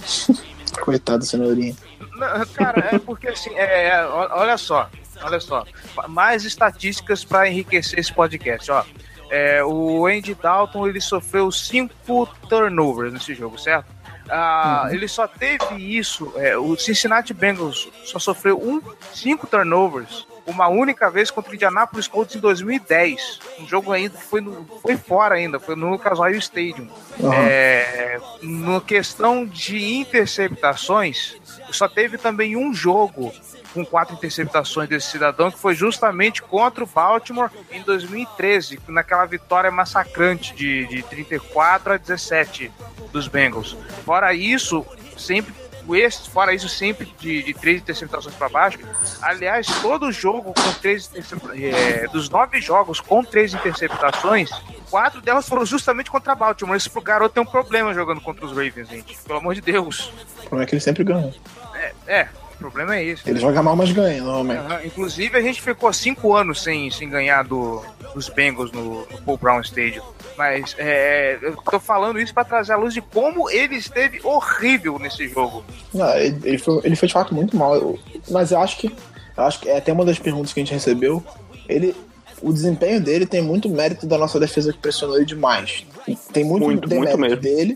Coitado, cenourinha. Cara, é porque assim, é, é, olha só, olha só. Mais estatísticas para enriquecer esse podcast, ó. É, o Andy Dalton, ele sofreu cinco turnovers nesse jogo, certo? Ah, uhum. Ele só teve isso, é, o Cincinnati Bengals só sofreu um, cinco turnovers uma única vez contra o Indianapolis Colts em dois mil e dez, um jogo ainda que foi, no, foi fora ainda, foi no Lucas Oil Stadium. Uhum. É, na questão de interceptações, só teve também um jogo com quatro interceptações desse cidadão, que foi justamente contra o Baltimore em dois mil e treze, naquela vitória massacrante de, de trinta e quatro a dezessete dos Bengals. Fora isso, sempre esse, fora isso, sempre de, de três interceptações para baixo. Aliás, todo jogo com três é, dos nove jogos com três interceptações, quatro delas foram justamente contra Baltimore. Esse pro garoto tem um problema jogando contra os Ravens, gente. Pelo amor de Deus. O problema é que ele sempre ganha. É, é. O problema é esse. Ele né? joga mal, mas ganha, normalmente. Uhum. Inclusive, a gente ficou cinco anos sem, sem ganhar do, dos Bengals no, no Paul Brown Stadium. Mas é, eu tô falando isso para trazer a luz de como ele esteve horrível nesse jogo. Não, ele, ele, foi, ele foi de fato muito mal. Eu, mas eu acho que eu acho que é até uma das perguntas que a gente recebeu. Ele, o desempenho dele tem muito mérito da nossa defesa que pressionou ele demais. Tem muito, muito, tem muito mérito mesmo. dele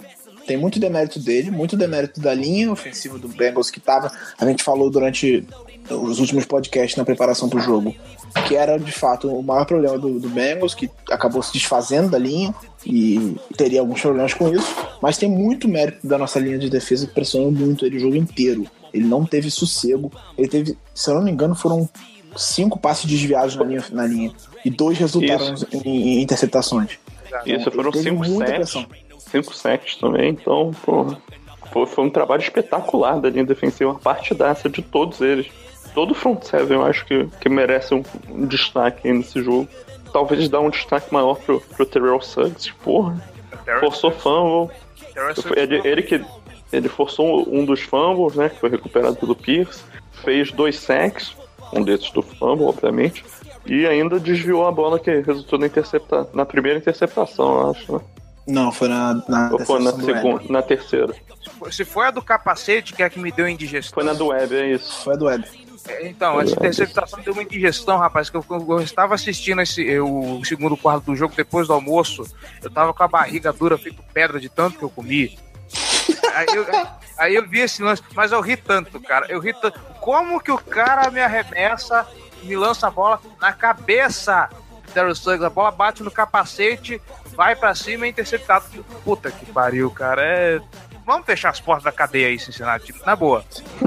tem muito demérito dele, muito demérito da linha ofensiva do Bengals, que tava, a gente falou durante os últimos podcasts na preparação pro jogo, que era de fato o maior problema do, do Bengals, que acabou se desfazendo da linha e teria alguns problemas com isso, mas tem muito mérito da nossa linha de defesa, que pressionou muito ele o jogo inteiro. Ele não teve sossego, ele teve, se eu não me engano, foram cinco passes desviados na linha, na linha e dois resultaram em, em interceptações. Isso, foram cinco sacks, cinco sacks também, então, pô, foi, foi um trabalho espetacular da linha defensiva, uma partidaça de todos eles. Todo o front seven eu acho que, que merece um, um destaque aí nesse jogo. Talvez dar um destaque maior pro, pro Terrell Suggs, porra, forçou fumble, ele, ele que ele forçou um dos fumbles, né, que foi recuperado pelo Pierce, fez dois sacks, um desses do fumble, obviamente, e ainda desviou a bola que resultou na, intercepta... na primeira interceptação, eu acho, né? Não, foi na, na, Ou foi na, segunda, na terceira. Se foi a do capacete, que é a que me deu indigestão. Foi na do Web, é isso. Foi a do Web. Então, essa interceptação deu uma indigestão, rapaz, que eu, eu estava assistindo esse, eu, o segundo quarto do jogo depois do almoço, eu tava com a barriga dura, feito pedra de tanto que eu comi. Aí eu, aí eu vi esse lance, mas eu ri tanto, cara, eu ri tanto. Como que o cara me arremessa, me lança a bola na cabeça do Terrell Suggs, a bola bate no capacete, vai pra cima e é interceptado. Puta que pariu, cara, é... Vamos fechar as portas da cadeia aí, Cincinnati, na boa.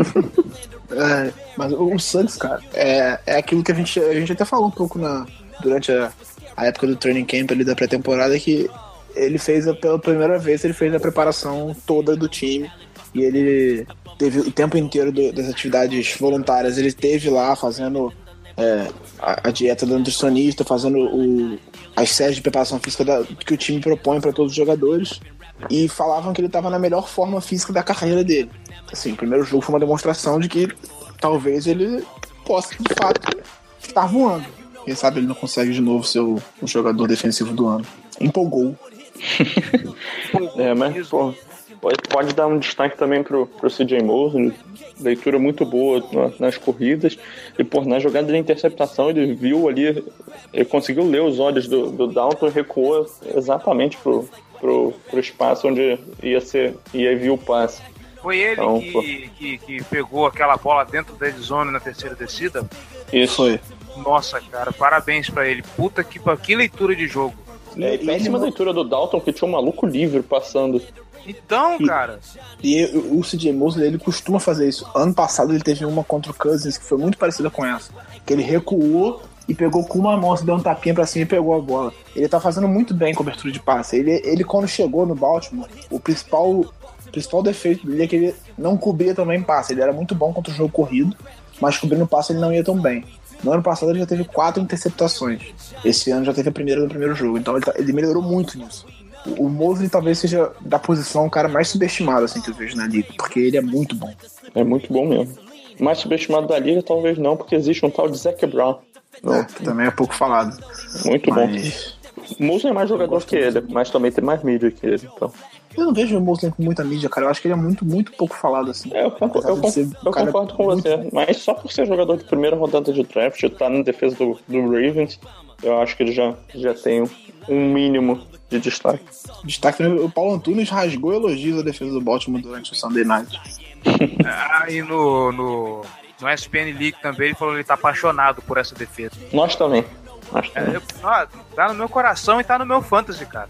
É, mas o Suggs, cara, é, é aquilo que a gente, a gente até falou um pouco na, durante a, a época do training camp ali da pré-temporada, que ele fez, a, pela primeira vez, ele fez a preparação toda do time, e ele teve o tempo inteiro do, das atividades voluntárias, ele esteve lá fazendo é, a, a dieta do nutricionista, fazendo o, as séries de preparação física da, que o time propõe para todos os jogadores, e falavam que ele estava na melhor forma física da carreira dele. Assim, o primeiro jogo foi uma demonstração de que talvez ele possa, de fato, estar voando. Quem sabe ele não consegue de novo ser o, o jogador defensivo do ano. Empolgou. É, mas, pô, pode, pode dar um destaque também pro, pro C J Mosley. Leitura muito boa na, nas corridas. E, pô, na jogada de interceptação, ele viu ali, ele conseguiu ler os olhos do, do Dalton e recuou exatamente pro, pro, pro espaço onde ia, ser, ia vir o passe. Foi ele então, que, que, que pegou aquela bola dentro da zona na terceira descida? Isso. Foi. Nossa, cara, parabéns pra ele. Puta que, que leitura de jogo. É, e péssima ele... leitura do Dalton, que tinha um maluco livre passando. Então, e, cara... E o C J Mosley, ele costuma fazer isso. Ano passado ele teve uma contra o Cousins que foi muito parecida com essa. Que ele recuou e pegou com uma mão, se deu um tapinha pra cima e pegou a bola. Ele tá fazendo muito bem cobertura de passe. Ele, ele quando chegou no Baltimore, o principal... O principal defeito dele é que ele não cobria também passe. Ele era muito bom contra o jogo corrido, mas cobrindo passe ele não ia tão bem. No ano passado ele já teve quatro interceptações. Esse ano já teve a primeira no primeiro jogo. Então ele, tá, ele melhorou muito nisso. O, o Mosley talvez seja, da posição, o cara mais subestimado assim, que eu vejo na liga, porque ele é muito bom. É muito bom mesmo. Mais subestimado da liga talvez não, porque existe um tal de Zac Brown. É, que também é pouco falado. Muito mas... bom. O Mosley é mais jogador que ele, mas também tem mais mídia que ele, então... Eu não vejo o Mosley com muita mídia, cara. Eu acho que ele é muito, muito pouco falado, assim. É, eu, concordo, eu, concordo, eu concordo com muito... você. Mas só por ser jogador de primeira rodada de draft, tá na defesa do, do Ravens, eu acho que ele já, já tem um mínimo de destaque. Destaque, o Paulo Antunes rasgou elogios à defesa do Baltimore durante o Sunday Night. Aí no, no, no E S P N League também ele falou que ele tá apaixonado por essa defesa. Nós também. É, eu, ó, tá no meu coração e tá no meu fantasy, cara.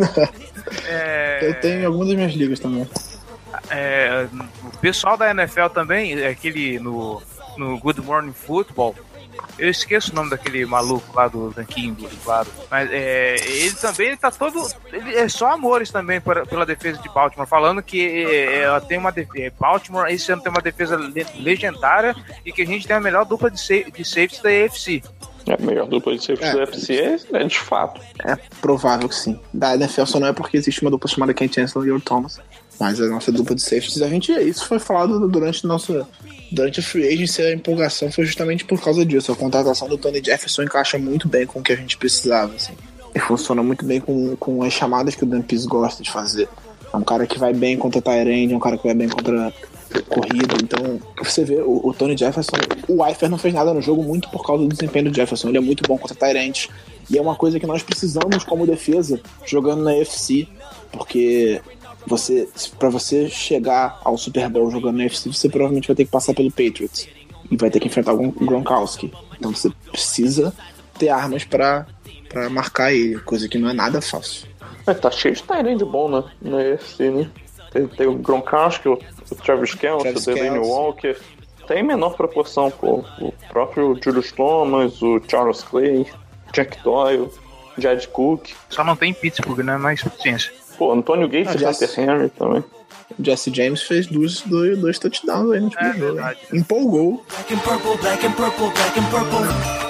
é, eu tenho em algumas das minhas ligas também. É, o pessoal da N F L também, aquele no, no Good Morning Football, eu esqueço o nome daquele maluco lá do Tanquinho, claro. Mas é, ele também ele tá todo. Ele é só amores também por, pela defesa de Baltimore, falando que é, ela tem uma defesa. Baltimore esse ano tem uma defesa legendária e que a gente tem a melhor dupla de, safe, de safety da A F C. É, a melhor dupla de safety é, da U F C é de fato. É provável que sim. Da N F L só não é porque existe uma dupla chamada Ken Chancellor e Earl Thomas. Mas a nossa dupla de safeties, a gente, isso foi falado durante nossa, durante a free agency, a empolgação foi justamente por causa disso. A contratação do Tony Jefferson encaixa muito bem com o que a gente precisava, assim. E funciona muito bem com, com as chamadas que o Dan Pease gosta de fazer. É um cara que vai bem contra tight end, é um cara que vai bem contra corrida. Então, você vê, o, o Tony Jefferson, o Eifert não fez nada no jogo muito por causa do desempenho do Jefferson. Ele é muito bom contra tight end. E é uma coisa que nós precisamos como defesa jogando na A F C, porque você, pra você chegar ao Super Bowl jogando no N F C, você provavelmente vai ter que passar pelo Patriots e vai ter que enfrentar o Gronkowski. Então você precisa ter armas pra, pra marcar ele, coisa que não é nada fácil. É, tá cheio de tight end bom, né? No N F C, né? Tem, tem o Gronkowski, o, o Travis Kelce, o Delaney Walker. Tem menor proporção, pô. O próprio Julius Thomas, o Charles Clay, Jack Doyle, Jared Cook. Só não tem Pittsburgh, né? Mais suficiência. Pô, Antônio Gates e Hunter Henry também. O Jesse James fez dois, dois, dois touchdowns aí no último É, jogo. verdade. Empolgou. Black and purple, black and purple, black and purple.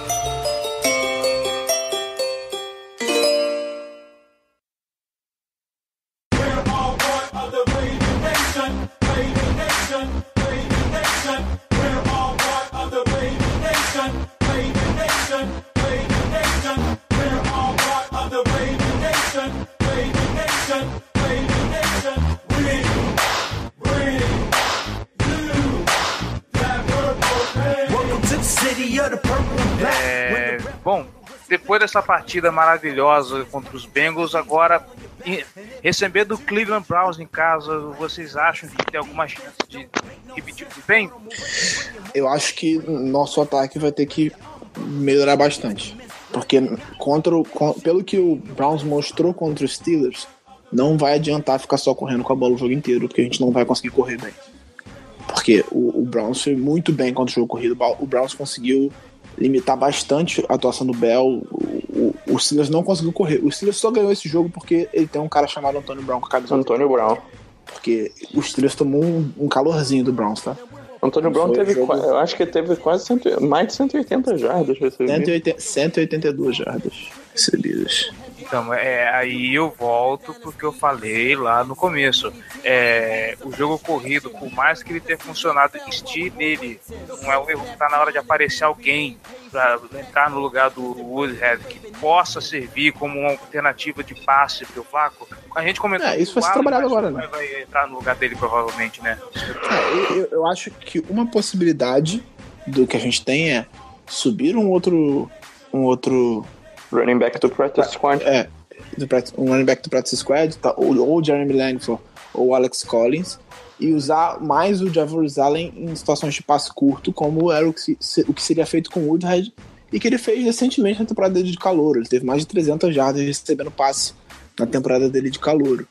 É, bom, depois dessa partida maravilhosa contra os Bengals, agora receber do Cleveland Browns em casa, vocês acham que tem alguma chance de repetir o desempenho? Eu acho que nosso ataque vai ter que melhorar bastante. Porque contra o, pelo que o Browns mostrou contra os Steelers, não vai adiantar ficar só correndo com a bola o jogo inteiro, porque a gente não vai conseguir correr bem. Porque o, o Browns foi muito bem contra o jogo corrido. O Browns conseguiu limitar bastante a atuação do Bell. O, o, o Steelers não conseguiu correr. O Steelers só ganhou esse jogo porque ele tem um cara chamado Antônio Brown com a camisa. Antônio Brown. Porque o Steelers tomou um, um calorzinho do Browns, tá? Antônio Brown teve, jogo... eu acho que teve quase cento, mais de cento e oitenta jardas recebidas. cento e oitenta e duas jardas recebidas. Então, é, aí eu volto porque eu falei lá no começo. É, o jogo corrido, por mais que ele tenha funcionado, existir nele, não é um erro que tá na hora de aparecer alguém para entrar no lugar do Woodhead que possa servir como uma alternativa de passe pro Flaco. A gente comentou. É, isso vai ser trabalhado agora, né? Vai, vai entrar no lugar dele provavelmente, né? É, eu, eu acho que uma possibilidade do que a gente tem é subir um outro um outro running back do practice squad. É, do, um running back do practice squad, tá, ou, ou Jeremy Langford ou Alex Collins, e usar mais o Javorius Allen em situações de passe curto, como era o que, se, o que seria feito com o Woodhead, e que ele fez recentemente na temporada dele de calouro. Ele teve mais de trezentas jardas recebendo passe na temporada dele de calouro,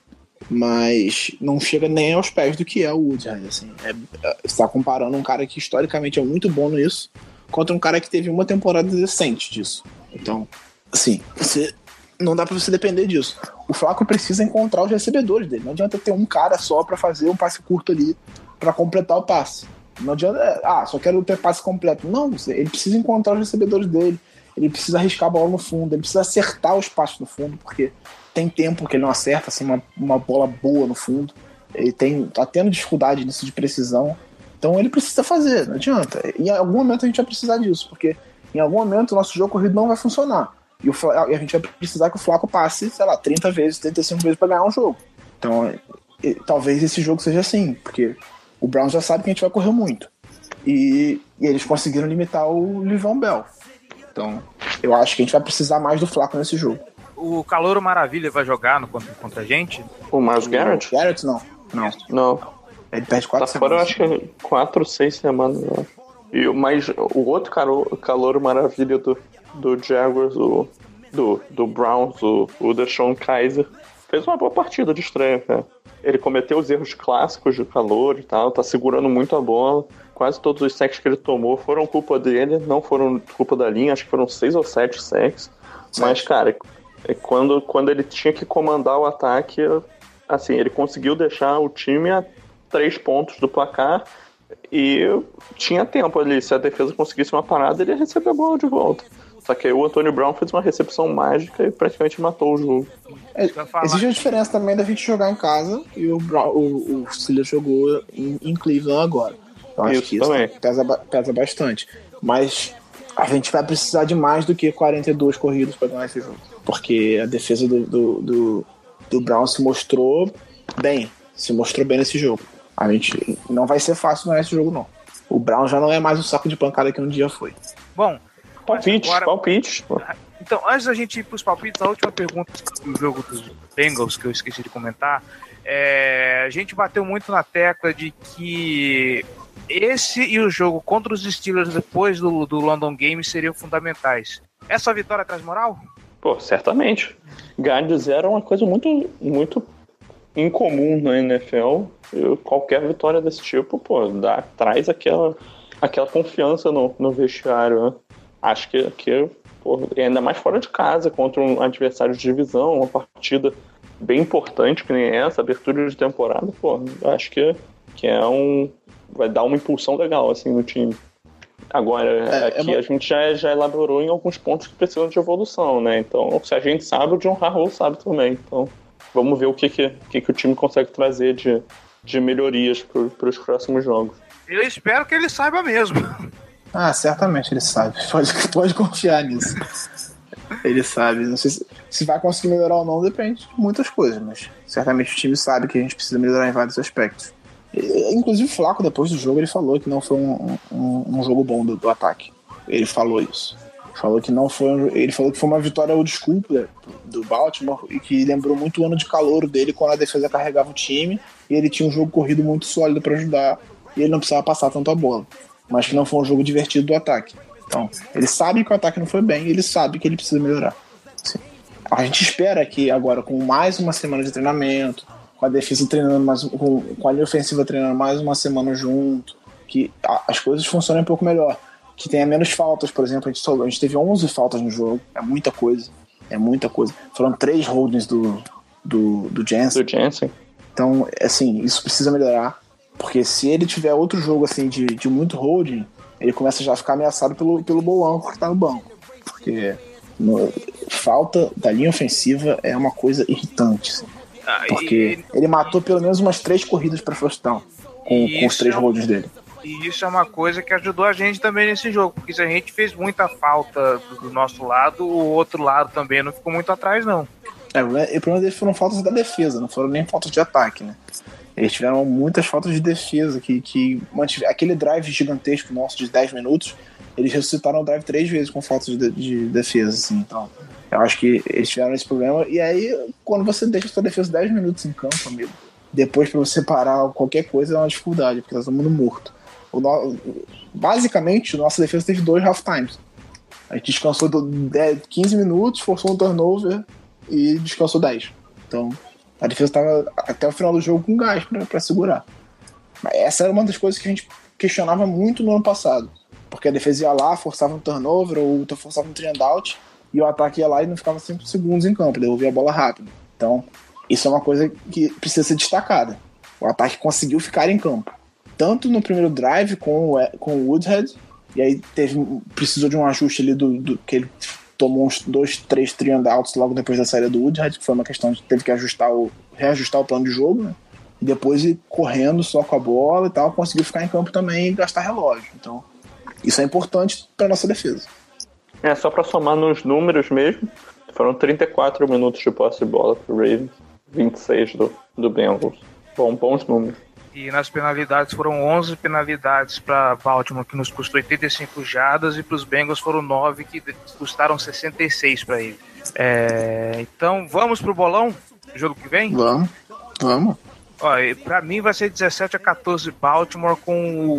mas não chega nem aos pés do que é o Woodhead. Assim, é, é, está comparando um cara que historicamente é muito bom nisso contra um cara que teve uma temporada decente disso. Então, assim, você, não dá pra você depender disso. O Flaco precisa encontrar os recebedores dele. Não adianta ter um cara só pra fazer um passe curto ali pra completar o passe. Não adianta, ah, só quero ter passe completo. Não, ele precisa encontrar os recebedores dele. Ele precisa arriscar a bola no fundo. Ele precisa acertar os passes no fundo, porque tem tempo que ele não acerta assim, uma, uma bola boa no fundo. Ele tem, tá tendo dificuldade nisso de precisão. Então ele precisa fazer, não adianta. Em algum momento a gente vai precisar disso, porque em algum momento o nosso jogo corrido não vai funcionar. E, o, e a gente vai precisar que o Flaco passe, sei lá, trinta vezes, trinta e cinco vezes pra ganhar um jogo. Então, e, talvez esse jogo seja assim, porque o Browns já sabe que a gente vai correr muito. E, e eles conseguiram limitar o Le'Veon Bell. Então, eu acho que a gente vai precisar mais do Flaco nesse jogo. O Calouro Maravilha vai jogar no, contra, contra a gente? O Miles Garrett? O Garrett não. Não. Não. Ele perde quatro tá semanas. Fora, eu acho que quatro, seis semanas. Eu acho. E, mas o outro calouro, calouro maravilha do, do Jaguars, o, do, do Browns, o, o Deshaun Kaiser, fez uma boa partida de estreia, cara. Ele cometeu os erros clássicos de calor e tal, tá segurando muito a bola. Quase todos os sacks que ele tomou foram culpa dele, não foram culpa da linha, acho que foram seis ou sete sacks. Mas, cara, quando, quando ele tinha que comandar o ataque, assim, ele conseguiu deixar o time a três pontos do placar e tinha tempo ali. Se a defesa conseguisse uma parada, ele ia receber a bola de volta. Só que aí o Antônio Brown fez uma recepção mágica e praticamente matou o jogo. É, existe a diferença também da gente jogar em casa e o, Brown, o, o Steelers jogou em, em Cleveland agora. Eu acho isso que isso também. Pesa, pesa bastante. Mas a gente vai precisar de mais do que quarenta e dois corridos para ganhar esse jogo. Porque a defesa do, do, do, do Brown se mostrou bem. Se mostrou bem nesse jogo. A gente não vai ser fácil ganhar esse jogo, não. O Brown já não é mais o saco de pancada que um dia foi. Bom, palpite, agora... palpite. Então, antes da gente ir para os palpites, a última pergunta do jogo dos Bengals, que eu esqueci de comentar, é, a gente bateu muito na tecla de que esse e o jogo contra os Steelers depois do, do London Game seriam fundamentais. Essa vitória traz moral? Pô, certamente. Ganhar de zero é uma coisa muito, muito incomum na N F L. Eu, qualquer vitória desse tipo, pô, dá, traz aquela, aquela confiança no, no vestiário, né? Acho que, que pô, ainda mais fora de casa, contra um adversário de divisão, uma partida bem importante que nem essa, abertura de temporada, pô, acho que, que é um... vai dar uma impulsão legal, assim, no time. Agora, é, aqui é uma... a gente já, já elaborou em alguns pontos que precisam de evolução, né? Então, se a gente sabe, o John Harbaugh sabe também. Então, vamos ver o que, que, que, que o time consegue trazer de, de melhorias para os próximos jogos. Eu espero que ele saiba mesmo. Ah, certamente ele sabe. Pode, pode confiar nisso. Ele sabe. Não sei se, se vai conseguir melhorar ou não, depende de muitas coisas, mas certamente o time sabe que a gente precisa melhorar em vários aspectos. Inclusive o Flaco, depois do jogo, ele falou que não foi um, um, um jogo bom do, do ataque. Ele falou isso. Falou que não foi. Ele falou que foi uma vitória old school do Baltimore e que lembrou muito o ano de calouro dele, quando a defesa carregava o time e ele tinha um jogo corrido muito sólido para ajudar e ele não precisava passar tanto a bola. Mas que não foi um jogo divertido do ataque. Então, ele sabe que o ataque não foi bem e ele sabe que ele precisa melhorar. Sim. A gente espera que agora, com mais uma semana de treinamento, com a defesa treinando mais, com, com a linha ofensiva treinando mais uma semana junto, que a, as coisas funcionem um pouco melhor, que tenha menos faltas, por exemplo, a gente, só, a gente teve onze faltas no jogo, é muita coisa, é muita coisa. Foram três holdings do, do, do Jensen. Do Jensen. Então, assim, isso precisa melhorar, porque se ele tiver outro jogo assim de, de muito holding, ele começa já a ficar ameaçado pelo, pelo bolão que tá no banco, porque no, falta da linha ofensiva é uma coisa irritante, assim. Porque e... ele matou pelo menos umas três corridas para first down com, com os três é um... holdings dele. E isso é uma coisa que ajudou a gente também nesse jogo, porque se a gente fez muita falta do, do nosso lado, o outro lado também não ficou muito atrás, não. É, o problema deles foram faltas da defesa, não foram nem faltas de ataque, né? Eles tiveram muitas faltas de defesa, que, que mantiveram aquele drive gigantesco nosso de dez minutos, eles ressuscitaram o drive três vezes com faltas de, de defesa, assim, então... Eu acho que eles tiveram esse problema. E aí, quando você deixa a sua defesa dez minutos em campo, amigo, depois pra você parar qualquer coisa é uma dificuldade, porque tá todo mundo morto. O no... Basicamente, a nossa defesa teve dois half times. A gente descansou dez, quinze minutos, forçou um turnover e descansou dez. Então, a defesa tava até o final do jogo com gás pra, pra segurar. Mas essa era uma das coisas que a gente questionava muito no ano passado. Porque a defesa ia lá, forçava um turnover ou forçava um three and out, e o ataque ia lá e não ficava cinco segundos em campo, devolvia a bola rápido. Então, isso é uma coisa que precisa ser destacada. O ataque conseguiu ficar em campo. Tanto no primeiro drive com o, com o Woodhead, e aí teve, precisou de um ajuste ali do, do que ele tomou uns dois, três three and outs logo depois da saída do Woodhead, que foi uma questão de teve que ajustar o, reajustar o plano de jogo, né? E depois ir correndo só com a bola e tal, conseguiu ficar em campo também e gastar relógio. Então, isso é importante para nossa defesa. É, só pra somar nos números mesmo, foram trinta e quatro minutos de posse de bola pro Ravens, vinte e seis do, do Bengals. Bom, bons números. E nas penalidades foram onze penalidades para Baltimore, que nos custou oitenta e cinco jardas, e para os Bengals foram nove, que custaram sessenta e seis para ele. É, então, vamos pro bolão? Jogo que vem? Vamos, vamos. Ó, pra mim vai ser dezessete a catorze Baltimore, com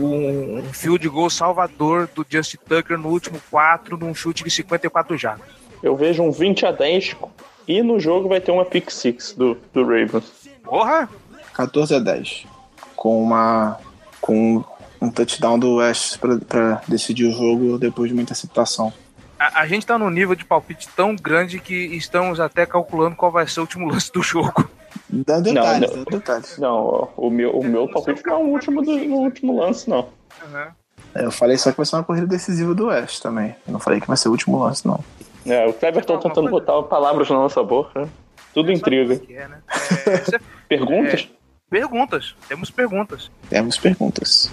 um field goal salvador do Justin Tucker no último quatro, num chute de cinquenta e quatro jardas. Eu vejo um vinte a dez e no jogo vai ter uma pick six do, do Ravens. Porra! catorze a dez. Com uma com um touchdown do West pra, pra decidir o jogo depois de uma interceptação. A, a gente tá num nível de palpite tão grande que estamos até calculando qual vai ser o último lance do jogo. Dando detalhes, não, dando detalhes. Não, o meu, o meu palpite não é o último, do, no último lance, não. Uhum. É, eu falei só que vai ser uma corrida decisiva do West também. Eu não falei que vai ser o último lance, não. É, o Cleverton tá tentando coisa... botar palavras na nossa boca. Né? Tudo é, intriga. Que é, né? é, você... Perguntas? É, perguntas. Temos perguntas. Temos perguntas.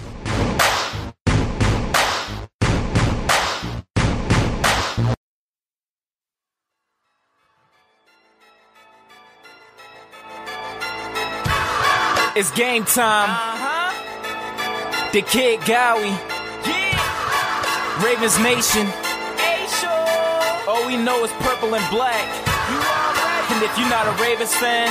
It's game time. Uh-huh. The Kid Gowie. Yeah. Ravens Nation. All we know is purple and black. And if you're not a Ravens fan,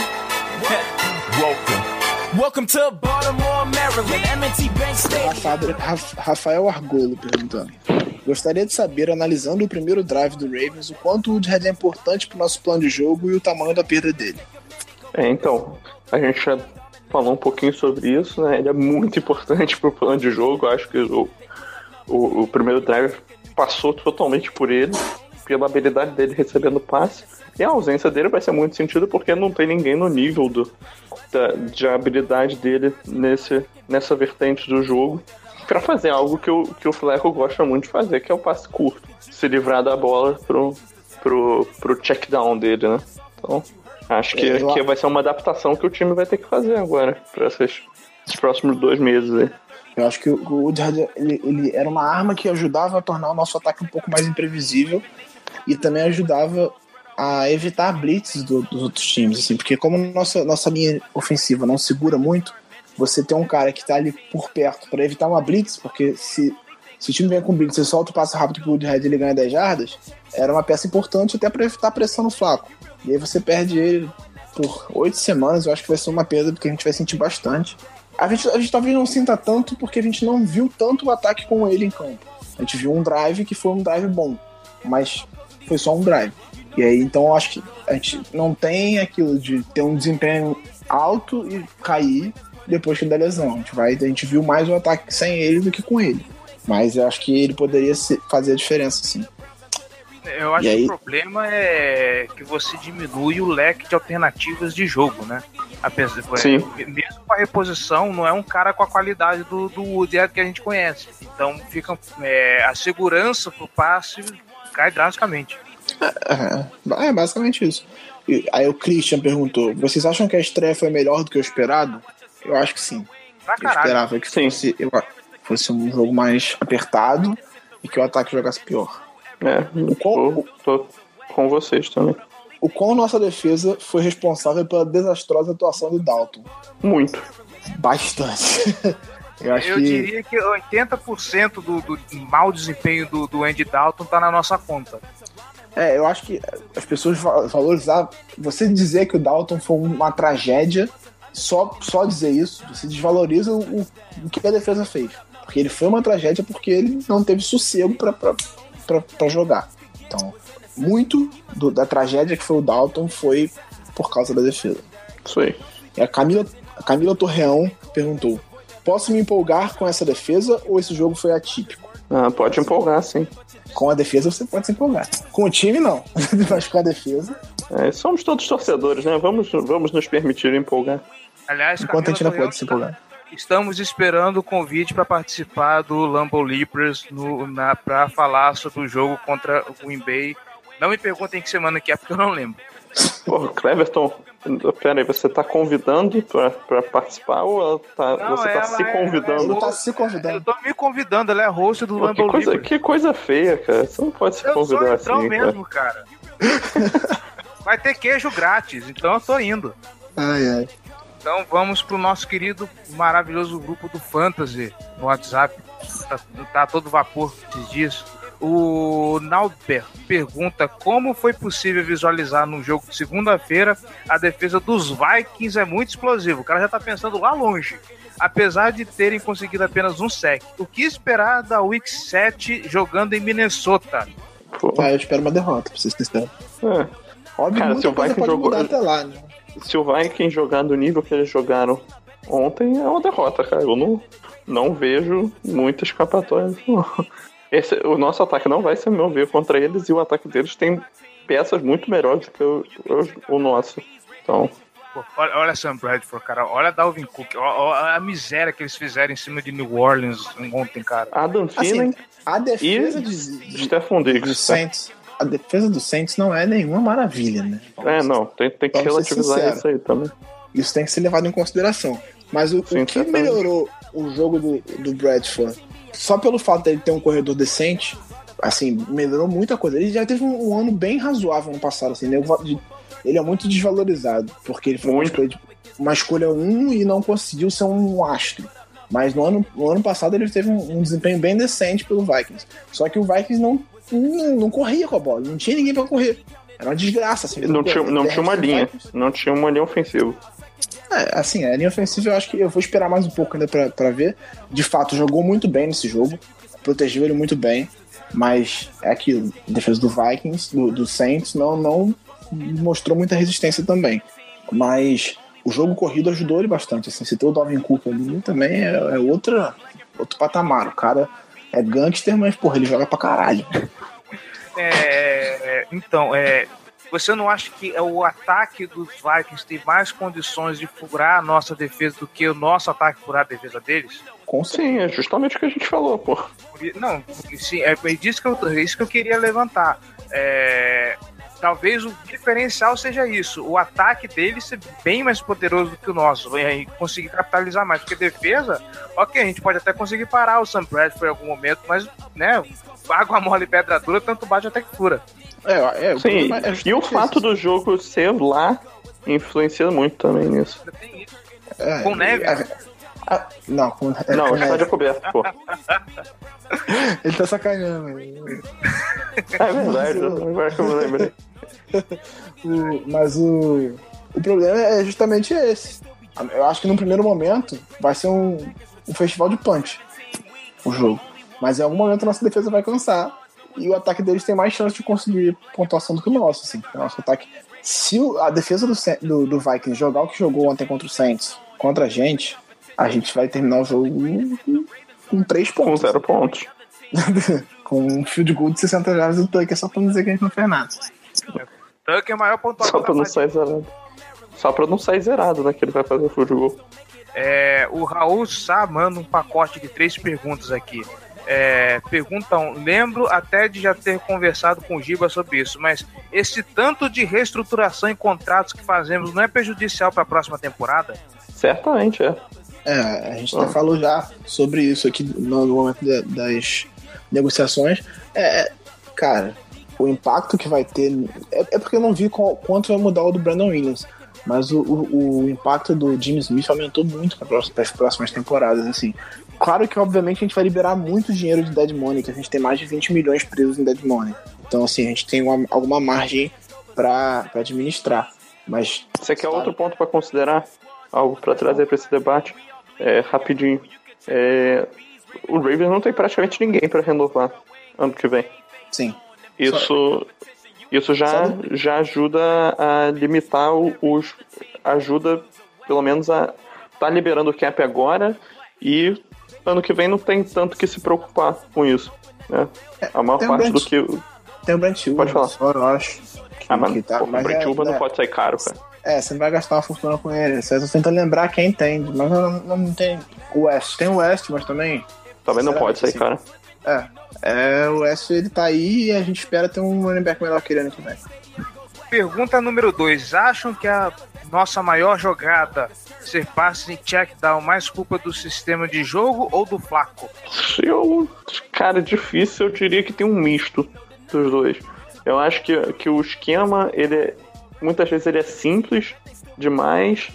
welcome. Welcome to Baltimore, Maryland, M and T Bank Stadium. Rafael Argolo perguntando: gostaria de saber, analisando o primeiro drive do Ravens, o quanto o Woodhead é importante para o nosso plano de jogo e o tamanho da perda dele. É, então, a gente já falou um pouquinho sobre isso, né? Ele é muito importante para o plano de jogo. Eu acho que o, o, o primeiro drive passou totalmente por ele, pela habilidade dele recebendo passe. E a ausência dele vai ser muito sentido porque não tem ninguém no nível do, da, de habilidade dele nesse, nessa vertente do jogo para fazer algo que o, que o Flacco gosta muito de fazer, que é o passe curto. Se livrar da bola pro, pro, pro check down dele, né? Então, acho que, é, que vai ser uma adaptação que o time vai ter que fazer agora para esses, esses próximos dois meses aí. Eu acho que o Woodhead ele, ele era uma arma que ajudava a tornar o nosso ataque um pouco mais imprevisível e também ajudava a evitar blitzes do, dos outros times, assim, porque como nossa, nossa linha ofensiva não segura muito, você tem um cara que tá ali por perto para evitar uma blitz, porque se, se o time vem com blitz, você solta o passe rápido pro Woodhead e ele ganha dez jardas, era uma peça importante até para evitar pressão no Flacco. E aí você perde ele por oito semanas, eu acho que vai ser uma perda, porque a gente vai sentir bastante. A gente, a gente talvez não sinta tanto, porque a gente não viu tanto o ataque com ele em campo. A gente viu um drive que foi um drive bom, mas foi só um drive. E aí, então, eu acho que a gente não tem aquilo de ter um desempenho alto e cair depois que da lesão. A gente, vai, a gente viu mais o ataque sem ele do que com ele. Mas eu acho que ele poderia fazer a diferença, sim. Eu acho que o problema é que você diminui o leque de alternativas de jogo, né? Apesar, sim. Mesmo com a reposição, não é um cara com a qualidade do, do Woodhead que a gente conhece. Então, fica, é, a segurança pro passe cai drasticamente. É, é basicamente isso. E aí o Christian perguntou: vocês acham que a estreia foi melhor do que o esperado? Eu acho que sim. Pra eu esperava que fosse, eu, fosse um jogo mais apertado e que o ataque jogasse pior. É, o quão, tô, tô com vocês também. O quão nossa defesa foi responsável pela desastrosa atuação do Dalton? Muito. Bastante. Eu, acho eu que... diria que oitenta por cento do, do mau desempenho do, do Andy Dalton tá na nossa conta. É, eu acho que as pessoas valorizar, você dizer que o Dalton foi uma tragédia, só, só dizer isso, você desvaloriza o, o que a defesa fez. Porque ele foi uma tragédia porque ele não teve sossego pra, pra, pra, pra jogar. Então, muito do, da tragédia que foi o Dalton foi por causa da defesa. Isso aí. E a Camila, a Camila Torreão perguntou: posso me empolgar com essa defesa ou esse jogo foi atípico? Ah, pode empolgar, sim. Com a defesa você pode se empolgar. Com o time, não. Mas com a defesa... É, somos todos torcedores, né? Vamos, vamos nos permitir empolgar. Aliás, enquanto Camila a gente não Torreão, pode se empolgar. Estamos esperando o convite para participar do Lambeau Leapers para falar sobre o jogo contra o Green Bay. Não me perguntem que semana que é, porque eu não lembro. Pô, Cleverton, pera aí, você tá convidando pra, pra participar ou tá, não, você tá se convidando? Ele tá se convidando. Eu tô me convidando, ela é host do Lambeau que coisa, Leapers. Que coisa feia, cara. Você não pode se eu convidar assim, Eu assim, mesmo, cara. Vai ter queijo grátis, então eu tô indo. Ai, ai. Então vamos pro nosso querido, maravilhoso grupo do Fantasy no WhatsApp. Tá, tá todo vapor esses dias. O Nauber pergunta como foi possível visualizar no jogo de segunda-feira a defesa dos Vikings é muito explosivo. O cara já tá pensando lá longe. Apesar de terem conseguido apenas um sec. O que esperar da Week sete jogando em Minnesota? Ah, eu espero uma derrota, pra ser sincero. É. Óbvio, cara, se o Vikings jogou até lá, né? Se o Vikings jogar do nível que eles jogaram ontem, é uma derrota, cara. Eu não, não vejo muitas escapatórias. Esse, o nosso ataque não vai se mover contra eles e o ataque deles tem peças muito melhores do que o, o, o nosso. Então... Pô, olha, olha Sam Bradford, cara. Olha Dalvin Cook. Olha, olha a miséria que eles fizeram em cima de New Orleans ontem, cara. Adam Thielen assim, a defesa e de, de, Stephon Diggs. Do Saints, a defesa do Saints não é nenhuma maravilha, né? Vamos é, não. Tem, tem que relativizar isso aí também. Isso tem que ser levado em consideração. Mas o, Sim, o que melhorou o jogo do, do Bradford, só pelo fato dele ter um corredor decente, assim, melhorou muita coisa. Ele já teve um, um ano bem razoável no passado, assim, né? Ele é muito desvalorizado, porque ele foi uma escolha, de, uma escolha um e não conseguiu ser um astro. Mas no ano, no ano passado ele teve um, um desempenho bem decente pelo Vikings. Só que o Vikings não não, não corria com a bola, não tinha ninguém pra correr. Era uma desgraça, assim. Não tinha, não tinha uma linha, não tinha uma linha ofensiva. É, assim, a linha ofensiva eu acho que eu vou esperar mais um pouco ainda pra, pra ver. De fato, jogou muito bem nesse jogo, protegeu ele muito bem, mas é aquilo, a defesa do Vikings, do, do Saints, não, não mostrou muita resistência também. Mas o jogo corrido ajudou ele bastante, assim, se ter o Dalvin Cook ali também é, é outra, outro patamar. O cara é gangster, mas, porra, ele joga pra caralho. É, então, é, você não acha que o ataque dos Vikings tem mais condições de furar a nossa defesa do que o nosso ataque furar a defesa deles? Com sim, é justamente o que a gente falou, pô. Não, sim, é disso que eu, é isso que eu queria levantar. É, talvez o diferencial seja isso, o ataque deles ser bem mais poderoso do que o nosso, e conseguir capitalizar mais, porque defesa, ok, a gente pode até conseguir parar o Sam Bradford em algum momento, mas, né, água mole e pedra dura, tanto bate até que fura. É, é, sim, é e o fato do jogo ser lá influencia muito também nisso. É, com neve? É, é, não, com, é, não, com o estádio é coberto, pô. Ele tá sacaneando. É verdade, agora que eu me lembrei. o, mas o, o problema é justamente esse. Eu acho que no primeiro momento vai ser um, um festival de punch o jogo. Mas em algum momento a nossa defesa vai cansar e o ataque deles tem mais chance de conseguir pontuação do que o nosso, assim. O nosso ataque, se a defesa do, do, do Vikings jogar o que jogou ontem contra o Saints, contra a gente, a gente vai terminar o jogo com, com três pontos. Com zero pontos. Com um field goal de sessenta jardas do Tucker, só pra não dizer que a gente não fez nada. Tucker é o maior pontuador. Só pra não sair zerado. Só pra não sair zerado, né? Que ele vai fazer o field goal. É, o Raul Sá manda um pacote de três perguntas aqui. É, perguntam, lembro até de já ter conversado com o Giba sobre isso, mas esse tanto de reestruturação em contratos que fazemos não é prejudicial para a próxima temporada? Certamente é. É, a gente até ah. falou já sobre isso aqui no, no momento de, das negociações. É, cara, o impacto que vai ter é, é porque eu não vi qual, quanto vai mudar o do Brandon Williams, mas o, o, o impacto do Jimmy Smith aumentou muito para as próximas temporadas, assim. Claro que, obviamente, a gente vai liberar muito dinheiro de dead money, que a gente tem mais de vinte milhões presos em dead money. Então, assim, a gente tem uma, alguma margem para administrar. Mas você quer outro ponto para considerar? Algo para trazer para esse debate? É, rapidinho. É, o Ravens não tem praticamente ninguém para renovar ano que vem. Sim. Isso, isso já, já ajuda a limitar os... Ajuda, pelo menos, a tá liberando o cap agora e... ano que vem não tem tanto que se preocupar com isso, né? É, a maior parte um do que... Tem o Brent Urban, pode falar. Só, eu acho. Que, ah, mas, que tá, pô, mas o Brent é, Urban é, não pode sair caro, cara. É, você não vai gastar uma fortuna com ele. Você tá tentando lembrar quem tem, mas não, não, não tem o West. Tem o West, mas também... Também não pode sair assim, caro. É, é, o West ele tá aí e a gente espera ter um running back melhor que ele ano que vem. Pergunta número dois. Acham que a nossa maior jogada ser passe em check down mais culpa do sistema de jogo ou do Flacco? Eu, cara, difícil, eu diria que tem um misto dos dois. Eu acho que, que o esquema, ele é, muitas vezes ele é simples demais,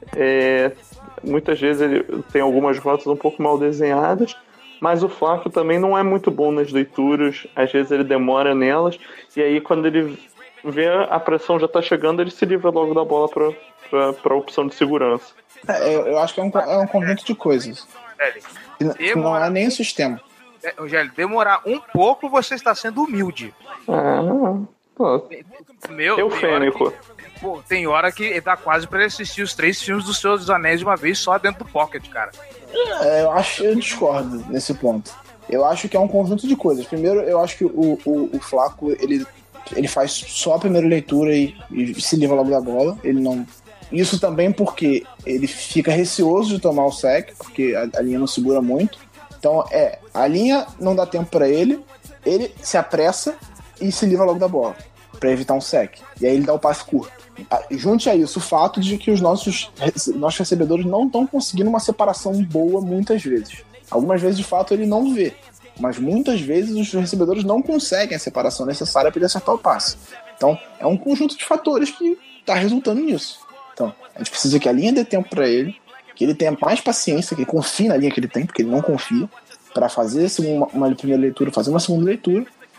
é, muitas vezes ele tem algumas rotas um pouco mal desenhadas, mas o Flacco também não é muito bom nas leituras, às vezes ele demora nelas, e aí quando ele vê a pressão já tá chegando, ele se livra logo da bola pra, pra, pra opção de segurança. É, eu, eu acho que é um, é um conjunto de coisas. Demora, que não é nem o sistema. É, Rogério, demorar um pouco você está sendo humilde. Ah, pô. Meu, Eufêmico. Tem hora, que, pô, tem hora que dá quase pra ele assistir os três filmes do Senhor dos Anéis de uma vez só dentro do pocket, cara. É, eu acho, eu discordo nesse ponto. Eu acho que é um conjunto de coisas. Primeiro, eu acho que o, o, o Flacco, ele, ele faz só a primeira leitura e, e se livra logo da bola. Ele não... Isso também porque ele fica receoso de tomar o sack, porque a, a linha não segura muito. Então, é, a linha não dá tempo pra ele, ele se apressa e se livra logo da bola, pra evitar um sack. E aí ele dá o passe curto. Junte a isso o fato de que os nossos, nossos recebedores não estão conseguindo uma separação boa muitas vezes. Algumas vezes, de fato, ele não vê. Mas muitas vezes os recebedores não conseguem a separação necessária para ele acertar o passe. Então, é um conjunto de fatores que está resultando nisso. Então, a gente precisa que a linha dê tempo para ele, que ele tenha mais paciência, que ele confie na linha que ele tem, porque ele não confia, para fazer uma, uma primeira leitura, fazer uma segunda leitura,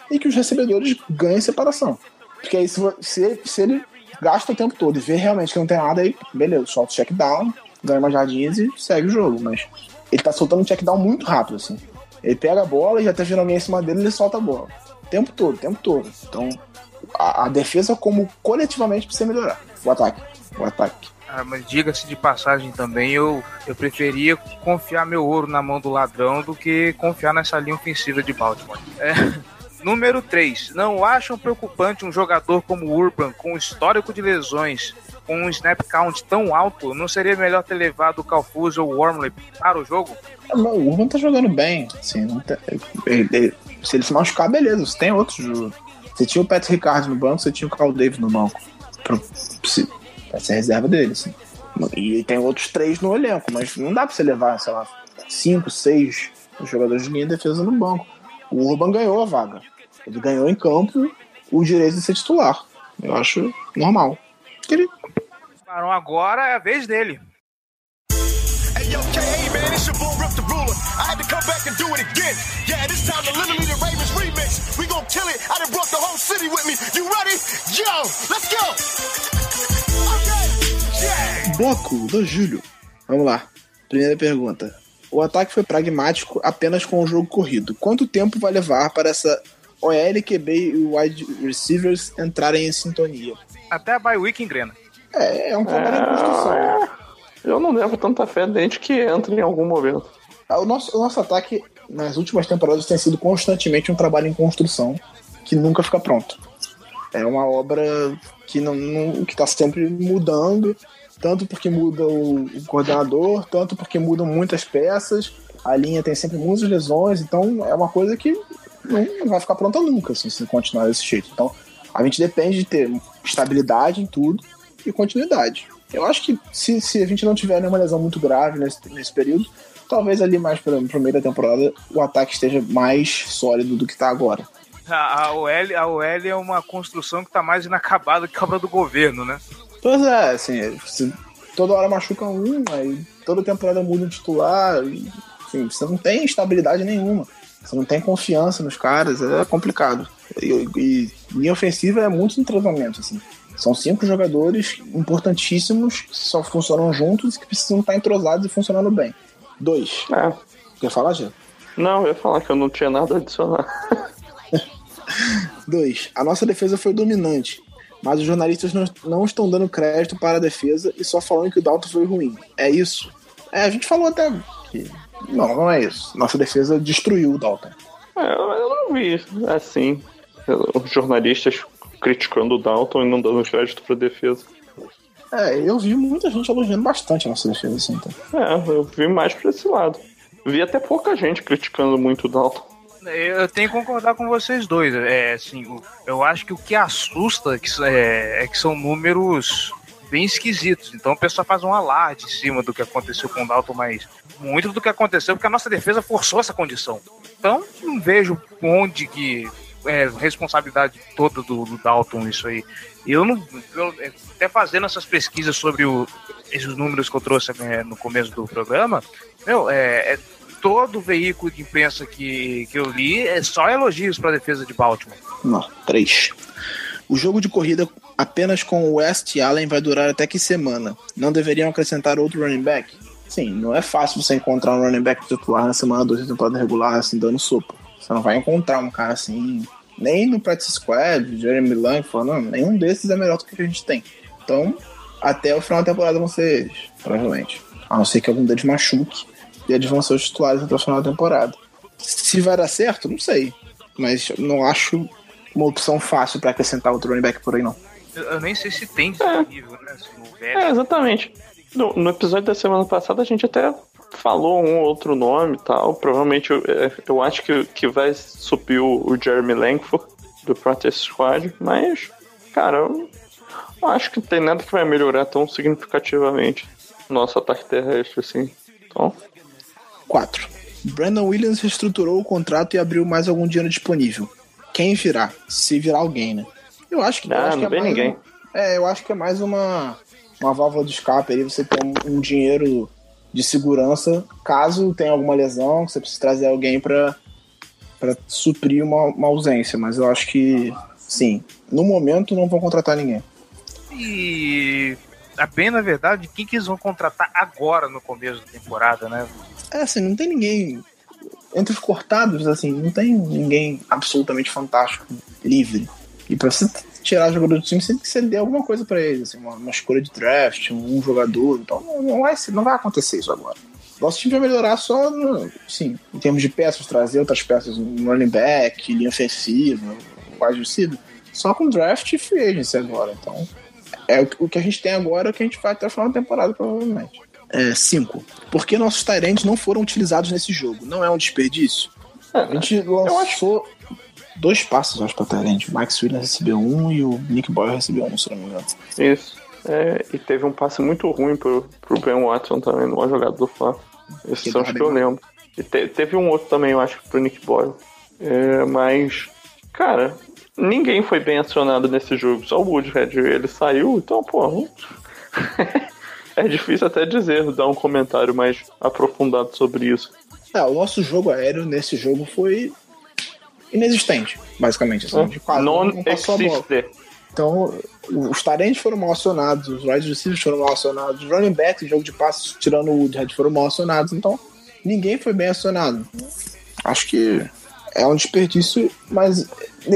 e que os recebedores ganhem separação. Porque aí se, se, se ele gasta o tempo todo e vê realmente que não tem nada, aí beleza, solta o check down, ganha umas jardinhas e segue o jogo. Mas ele tá soltando um check down muito rápido, assim. Ele pega a bola e já tá vindo alguém em cima dele e ele solta a bola. O tempo todo, o tempo todo. Então, a, a defesa como coletivamente precisa melhorar. O ataque. O ataque. Ah, mas diga-se de passagem também, eu, eu preferia confiar meu ouro na mão do ladrão do que confiar nessa linha ofensiva de Baltimore. É. Número três. Não acham preocupante um jogador como Urban, com histórico de lesões, com um snap count tão alto? Não seria melhor ter levado o Calfuz ou o Wormley para o jogo? O Urban tá jogando bem. Assim, não tá, ele, ele, se ele se machucar, beleza. Você tem outros jogos. Você tinha o Pat Ricard no banco, você tinha o Carl Davis no banco. Pra, pra ser reserva dele, assim. E tem outros três no elenco, mas não dá pra você levar, sei lá, cinco, seis jogadores de linha de defesa no banco. O Urban ganhou a vaga. Ele ganhou em campo o direito de ser titular. Eu acho normal. Ele... Agora é a vez dele. Hey, yo, K A, man, it's your boy, Rip the Ruler. I had to come back and do it again. Yeah, this time the Literally the Ravens remix. We gon' kill it. I done brought the whole city with me. You ready? Yo, let's go! Okay, yeah! Bloco do Júlio. Vamos lá. Primeira pergunta. O ataque foi pragmático apenas com o jogo corrido. Quanto tempo vai levar para essa O L, Q B e wide receivers entrarem em sintonia? Até a bye week engrena. É, é um trabalho de construção. É... Eu não levo tanta fé desde que entra em algum momento. O nosso, o nosso ataque, nas últimas temporadas, tem sido constantemente um trabalho em construção que nunca fica pronto. É uma obra que não, não, que está sempre mudando, tanto porque muda o, o coordenador, tanto porque mudam muitas peças, a linha tem sempre muitas lesões, então é uma coisa que não vai ficar pronta nunca, assim, se continuar desse jeito. Então, a gente depende de ter estabilidade em tudo e continuidade. Eu acho que se, se a gente não tiver nenhuma lesão muito grave nesse, nesse período, talvez ali mais para o meio da temporada o ataque esteja mais sólido do que está agora. A, a, O L, a O L é uma construção que está mais inacabada que a obra do governo, né? Pois é, assim, se toda hora machuca um, aí toda temporada muda o titular, e, enfim, você não tem estabilidade nenhuma. Você não tem confiança nos caras, é complicado. E, e linha ofensiva é muito entrosamento, assim. São cinco jogadores importantíssimos que só funcionam juntos e que precisam estar entrosados e funcionando bem. Dois. É. Quer falar, Gê? Não, eu ia falar que eu não tinha nada a adicionar. Dois. A nossa defesa foi dominante, mas os jornalistas não, não estão dando crédito para a defesa e só falando que o Dalton foi ruim. É isso? É, a gente falou até que... Não, não é isso. Nossa defesa destruiu o Dalton. É, eu não vi assim os jornalistas criticando o Dalton e não dando crédito pra defesa. É, eu vi muita gente elogiando bastante a nossa defesa, assim, então. É, eu vi mais pra esse lado. Vi até pouca gente criticando muito o Dalton. Eu tenho que concordar com vocês dois. É, assim, eu acho que o que assusta é, é que são números bem esquisitos. Então o pessoal faz um alarde em cima do que aconteceu com o Dalton, mas muito do que aconteceu porque a nossa defesa forçou essa condição. Então não vejo onde que é responsabilidade toda do, do Dalton isso aí. Eu não, eu, até fazendo essas pesquisas sobre o, esses números que eu trouxe é, no começo do programa, meu, é, é todo veículo de imprensa que, que eu li é só elogios para a defesa de Baltimore. Não, três. O jogo de corrida apenas com o West e Allen vai durar até que semana? Não deveriam acrescentar outro running back? Sim, não é fácil você encontrar um running back titular na semana dois da temporada regular, assim, dando sopa. Você não vai encontrar um cara assim, nem no Practice Squad, Jeremy Langford, não, nenhum desses é melhor do que a gente tem. Então, até o final da temporada vão ser eles, provavelmente. A não ser que algum deles machuque, e eles vão ser os titulares até o final da temporada. Se vai dar certo, não sei. Mas não acho uma opção fácil para acrescentar outro running back por aí, não. Eu, eu nem sei se tem disponível, é. né? Se não houver. É, exatamente. No, no episódio da semana passada a gente até falou um outro nome e tal. Provavelmente eu, eu acho que, que vai subir o, o Jeremy Langford do Practice Squad. Mas, cara, eu não acho que tem nada que vai melhorar tão significativamente nosso ataque terrestre, assim. Então... quatro. Brandon Williams reestruturou o contrato e abriu mais algum dinheiro disponível. Quem virá? Se virar alguém, né? Eu acho que, ah, eu acho não que é vem mais ninguém. Um, é, eu acho que é mais uma, uma válvula de escape aí, você ter um, um dinheiro de segurança caso tenha alguma lesão, que você precisa trazer alguém pra, para suprir uma, uma ausência, mas eu acho que, sim, no momento não vão contratar ninguém. E a bem, na verdade, quem que eles vão contratar agora no começo da temporada, né? É assim, não tem ninguém entre os cortados, assim, não tem ninguém absolutamente fantástico, livre. E pra você tirar jogador do time, você tem que ceder alguma coisa pra eles, assim, uma, uma escolha de draft, um, um jogador, então não, não, vai, não vai acontecer isso agora. Nosso time vai melhorar só, no, sim, em termos de peças, trazer outras peças, um running back, linha ofensiva, wide receiver, só com draft e free agency agora. Então, é o, o que a gente tem agora é o que a gente vai até o final da temporada, provavelmente. É, cinco. Por que nossos tight ends não foram utilizados nesse jogo? Não é um desperdício? É, a gente lançou dois passos, acho, pra tight end. O Max Williams recebeu um e o Nick Boyle recebeu um, se não me engano. Isso. É, e teve um passe muito ruim pro, pro Ben Watson também, numa jogada do Fla. Esse são os que eu lembro. E te, teve um outro também, eu acho, pro Nick Boyle. É, mas, cara, ninguém foi bem acionado nesse jogo. Só o Woodhead, ele saiu, então, pô... É difícil até dizer, dar um comentário mais aprofundado sobre isso. É, o nosso jogo aéreo nesse jogo foi inexistente, basicamente. Assim, de quase não, não passou a bola. Então, os tarentes foram mal acionados, os wide receivers foram mal acionados, os running backs, jogo de passos, tirando o Woodhead, foram mal acionados. Então, ninguém foi bem acionado. Acho que é um desperdício, mas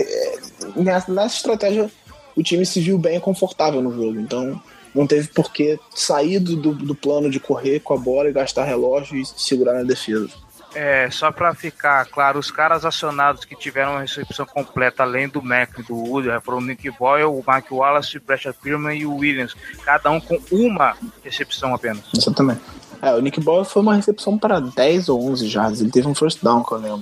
nessa estratégia o time se viu bem confortável no jogo. Então, não teve por que sair do, do, do plano de correr com a bola e gastar relógio e segurar na defesa. É, só pra ficar claro, os caras acionados que tiveram uma recepção completa, além do Mac e do Wood, foram o Nick Boyle, o Mike Wallace, o Brashad Perriman e o Williams, cada um com uma recepção apenas. Exatamente. É, o Nick Boyle foi uma recepção para dez ou onze jardas, ele teve um first down, que eu lembro.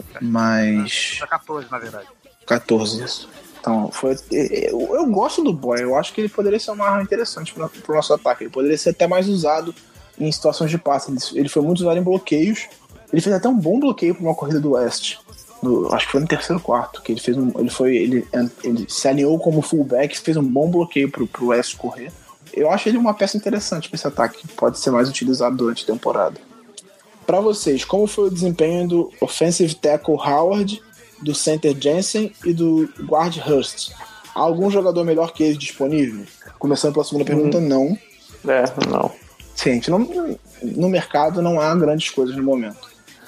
Mas... Foi catorze, na verdade. catorze, isso. Então, foi, eu, eu gosto do Boyle, eu acho que ele poderia ser uma arma interessante para o nosso ataque. Ele poderia ser até mais usado em situações de passe. Ele, ele foi muito usado em bloqueios. Ele fez até um bom bloqueio para uma corrida do West. No, acho que foi no terceiro quarto. Que ele fez um, ele, foi, ele, ele se alinhou como fullback, fez um bom bloqueio para o West correr. Eu acho ele uma peça interessante para esse ataque, que pode ser mais utilizado durante a temporada. Para vocês, como foi o desempenho do offensive tackle Howard, do center Jensen e do guard Hurst? Há algum jogador melhor que ele disponível? Começando pela segunda pergunta, hum. não. É, não. Sim, não, no mercado não há grandes coisas no momento.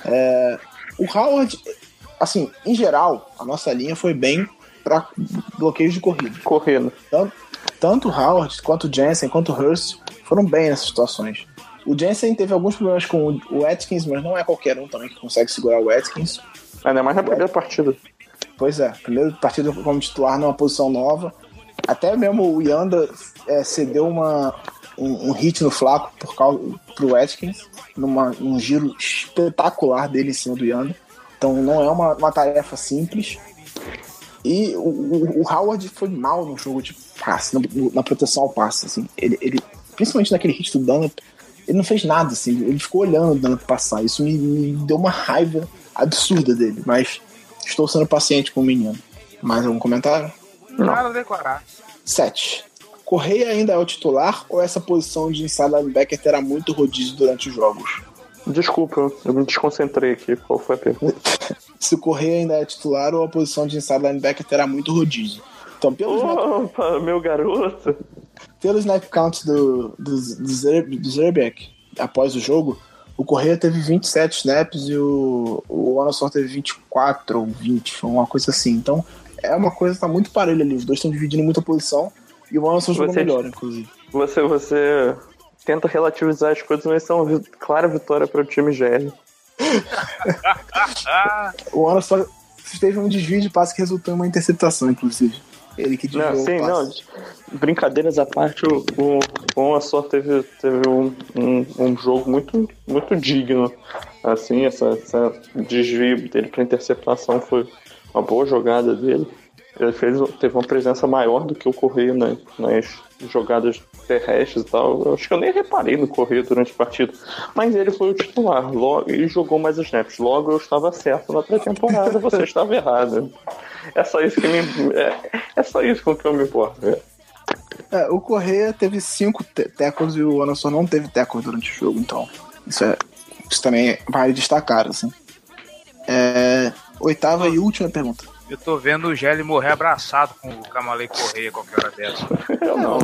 É, o Howard, assim, em geral, a nossa linha foi bem para bloqueios de corrida. Correndo. Tanto, tanto o Howard, quanto o Jensen, quanto o Hurst foram bem nessas situações. O Jensen teve alguns problemas com o Atkins, mas não é qualquer um também que consegue segurar o Atkins. Ainda mais na primeira partida. Pois é, primeira partida como titular numa posição nova. Até mesmo o Yanda é, cedeu uma, um, um hit no Flaco por causa, pro Atkins, numa, num giro espetacular dele em cima do Yanda. Então não é uma, uma tarefa simples. E o, o, o Howard foi mal no jogo de passe, na, na proteção ao passe. Assim. Ele, ele, principalmente naquele hit do Dunlap, ele não fez nada, assim, ele ficou olhando o Dunlap passar. Isso me, me deu uma raiva absurda dele, mas estou sendo paciente com o menino. Mais algum comentário? Nada a declarar. sete. Correia ainda é o titular ou essa posição de inside linebacker terá muito rodízio durante os jogos? Desculpa, eu me desconcentrei aqui. Qual foi a pergunta? Se o Correia ainda é titular ou a posição de inside linebacker terá muito rodízio? Então, pelo Opa, snap... meu garoto! Pelo snap count do, do, do, do Zerbeck após o jogo, o Correia teve vinte e sete snaps e o, o Anderson teve vinte e quatro ou vinte, foi uma coisa assim. Então, é uma coisa que tá muito parelha ali. Os dois estão dividindo muita posição e o Anderson jogou melhor, inclusive. Você, você tenta relativizar as coisas, mas são uma clara vitória para o time G L. O Anderson teve um desvio de passe que resultou em uma interceptação, inclusive. Ele que desviou não, sim, o passe. Não, brincadeiras à parte, o, o, o Anderson teve, teve um, um, um jogo muito, muito digno. Assim, essa, essa desvio dele para interceptação foi uma boa jogada dele. Ele fez, teve uma presença maior do que o Correia nas, nas jogadas terrestres e tal. Eu acho que eu nem reparei no Correia durante a partida. Mas ele foi o titular logo, e jogou mais snaps. Logo eu estava certo na pré-temporada, você estava errado. É só isso que me, é, é só isso com que eu me importo. É. É, o Correia teve cinco tackles e o Anderson não teve tackles durante o jogo, então isso, é, isso também vale destacar, assim. É, Oitava e última pergunta. Eu tô vendo o Gelli morrer abraçado com o Kamalei Correia qualquer hora dessa. Eu não.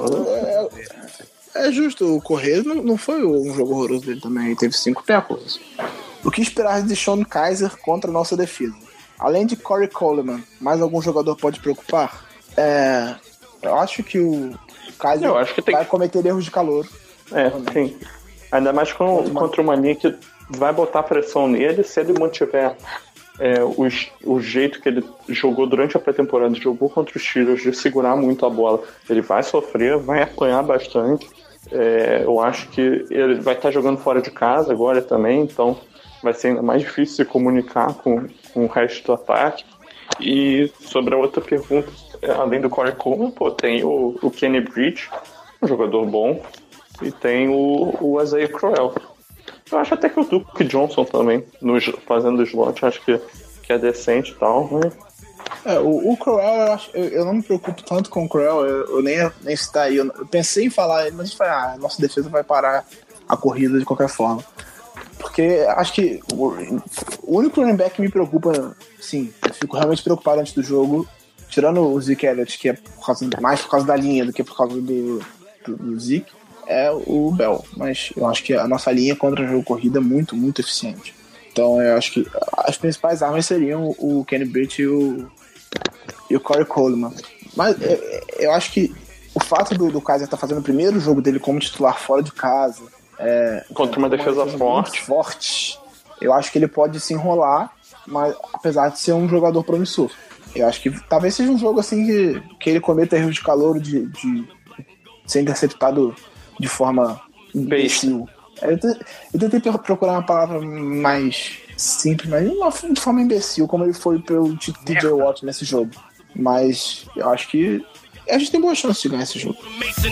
É, é justo, o Correia não, não foi um jogo horroroso dele também. Ele teve cinco tackles. O que esperar de Sean Kaiser contra a nossa defesa? Além de Corey Coleman, mais algum jogador pode preocupar? É, eu acho que o Kaiser eu acho que tem... vai cometer erros de calor. É, sim. Ainda mais com, contra uma linha que vai botar pressão nele se ele mantiver é, o, o jeito que ele jogou durante a pré-temporada, jogou contra os Steelers, de segurar muito a bola. Ele vai sofrer, vai apanhar bastante. É, eu acho que ele vai estar jogando fora de casa agora também, então vai ser ainda mais difícil se comunicar com, com o resto do ataque. E sobre a outra pergunta, além do Corey Coleman, pô, tem o, o Kenny Bridge, um jogador bom, e tem o, o Isaiah Crowell. Eu acho até que o Duke Johnson também, no, fazendo slot, acho que, que é decente e tal. Né? É, o, o Crowell, eu, acho, eu, eu não me preocupo tanto com o Crowell, eu, eu nem, nem citaria. Eu, eu pensei em falar ele, mas eu falei, ah, nossa defesa vai parar a corrida de qualquer forma. Porque acho que o, o único running back que me preocupa, sim, eu fico realmente preocupado antes do jogo, tirando o Zeke Elliott, que é por causa, mais por causa da linha do que por causa do, do, do Zeke, é o Bell. Mas eu acho que a nossa linha contra o jogo corrida é muito, muito eficiente. Então eu acho que as principais armas seriam o Kenny Britt e o, e o Corey Coleman. Mas eu, eu acho que o fato do, do Kaiser estar fazendo o primeiro jogo dele como titular fora de casa, É, contra uma defesa forte. forte. Eu acho que ele pode se enrolar, mas apesar de ser um jogador promissor. Eu acho que talvez seja um jogo assim que, que ele cometa erros de calor, de, de ser interceptado de forma imbecil. Eu, te, eu tentei procurar uma palavra mais simples, mas não de forma imbecil, como ele foi pelo T J Watt nesse jogo. Mas eu acho que a gente tem boa chance de ganhar esse jogo.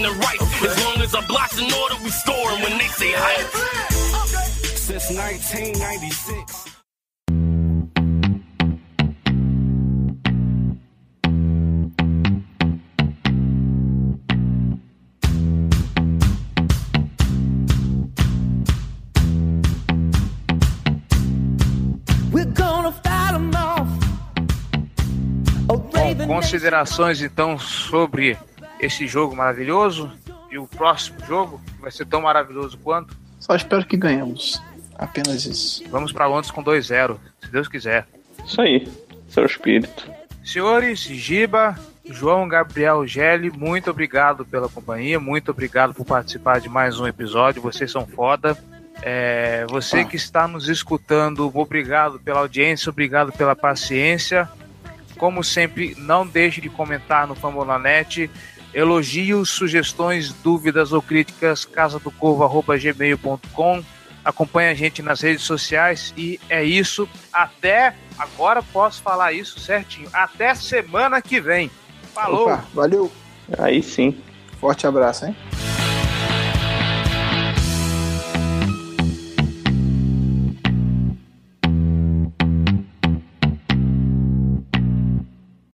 Bom, considerações então sobre esse jogo maravilhoso e o próximo jogo, que vai ser tão maravilhoso quanto. Só espero que ganhemos. Apenas isso. Vamos para Londres com dois a zero, se Deus quiser. Isso aí, seu espírito. Senhores, Giba, João Gabriel Gelli, muito obrigado pela companhia, muito obrigado por participar de mais um episódio, vocês são foda. É, você ah. que está nos escutando, obrigado pela audiência, obrigado pela paciência. Como sempre, não deixe de comentar no Fambonanet. Elogios, sugestões, dúvidas ou críticas, casa do corvo arroba gmail ponto com. Acompanhe a gente nas redes sociais e é isso. Até, agora posso falar isso certinho, até semana que vem. Falou! Opa, valeu! Aí sim. Forte abraço, hein?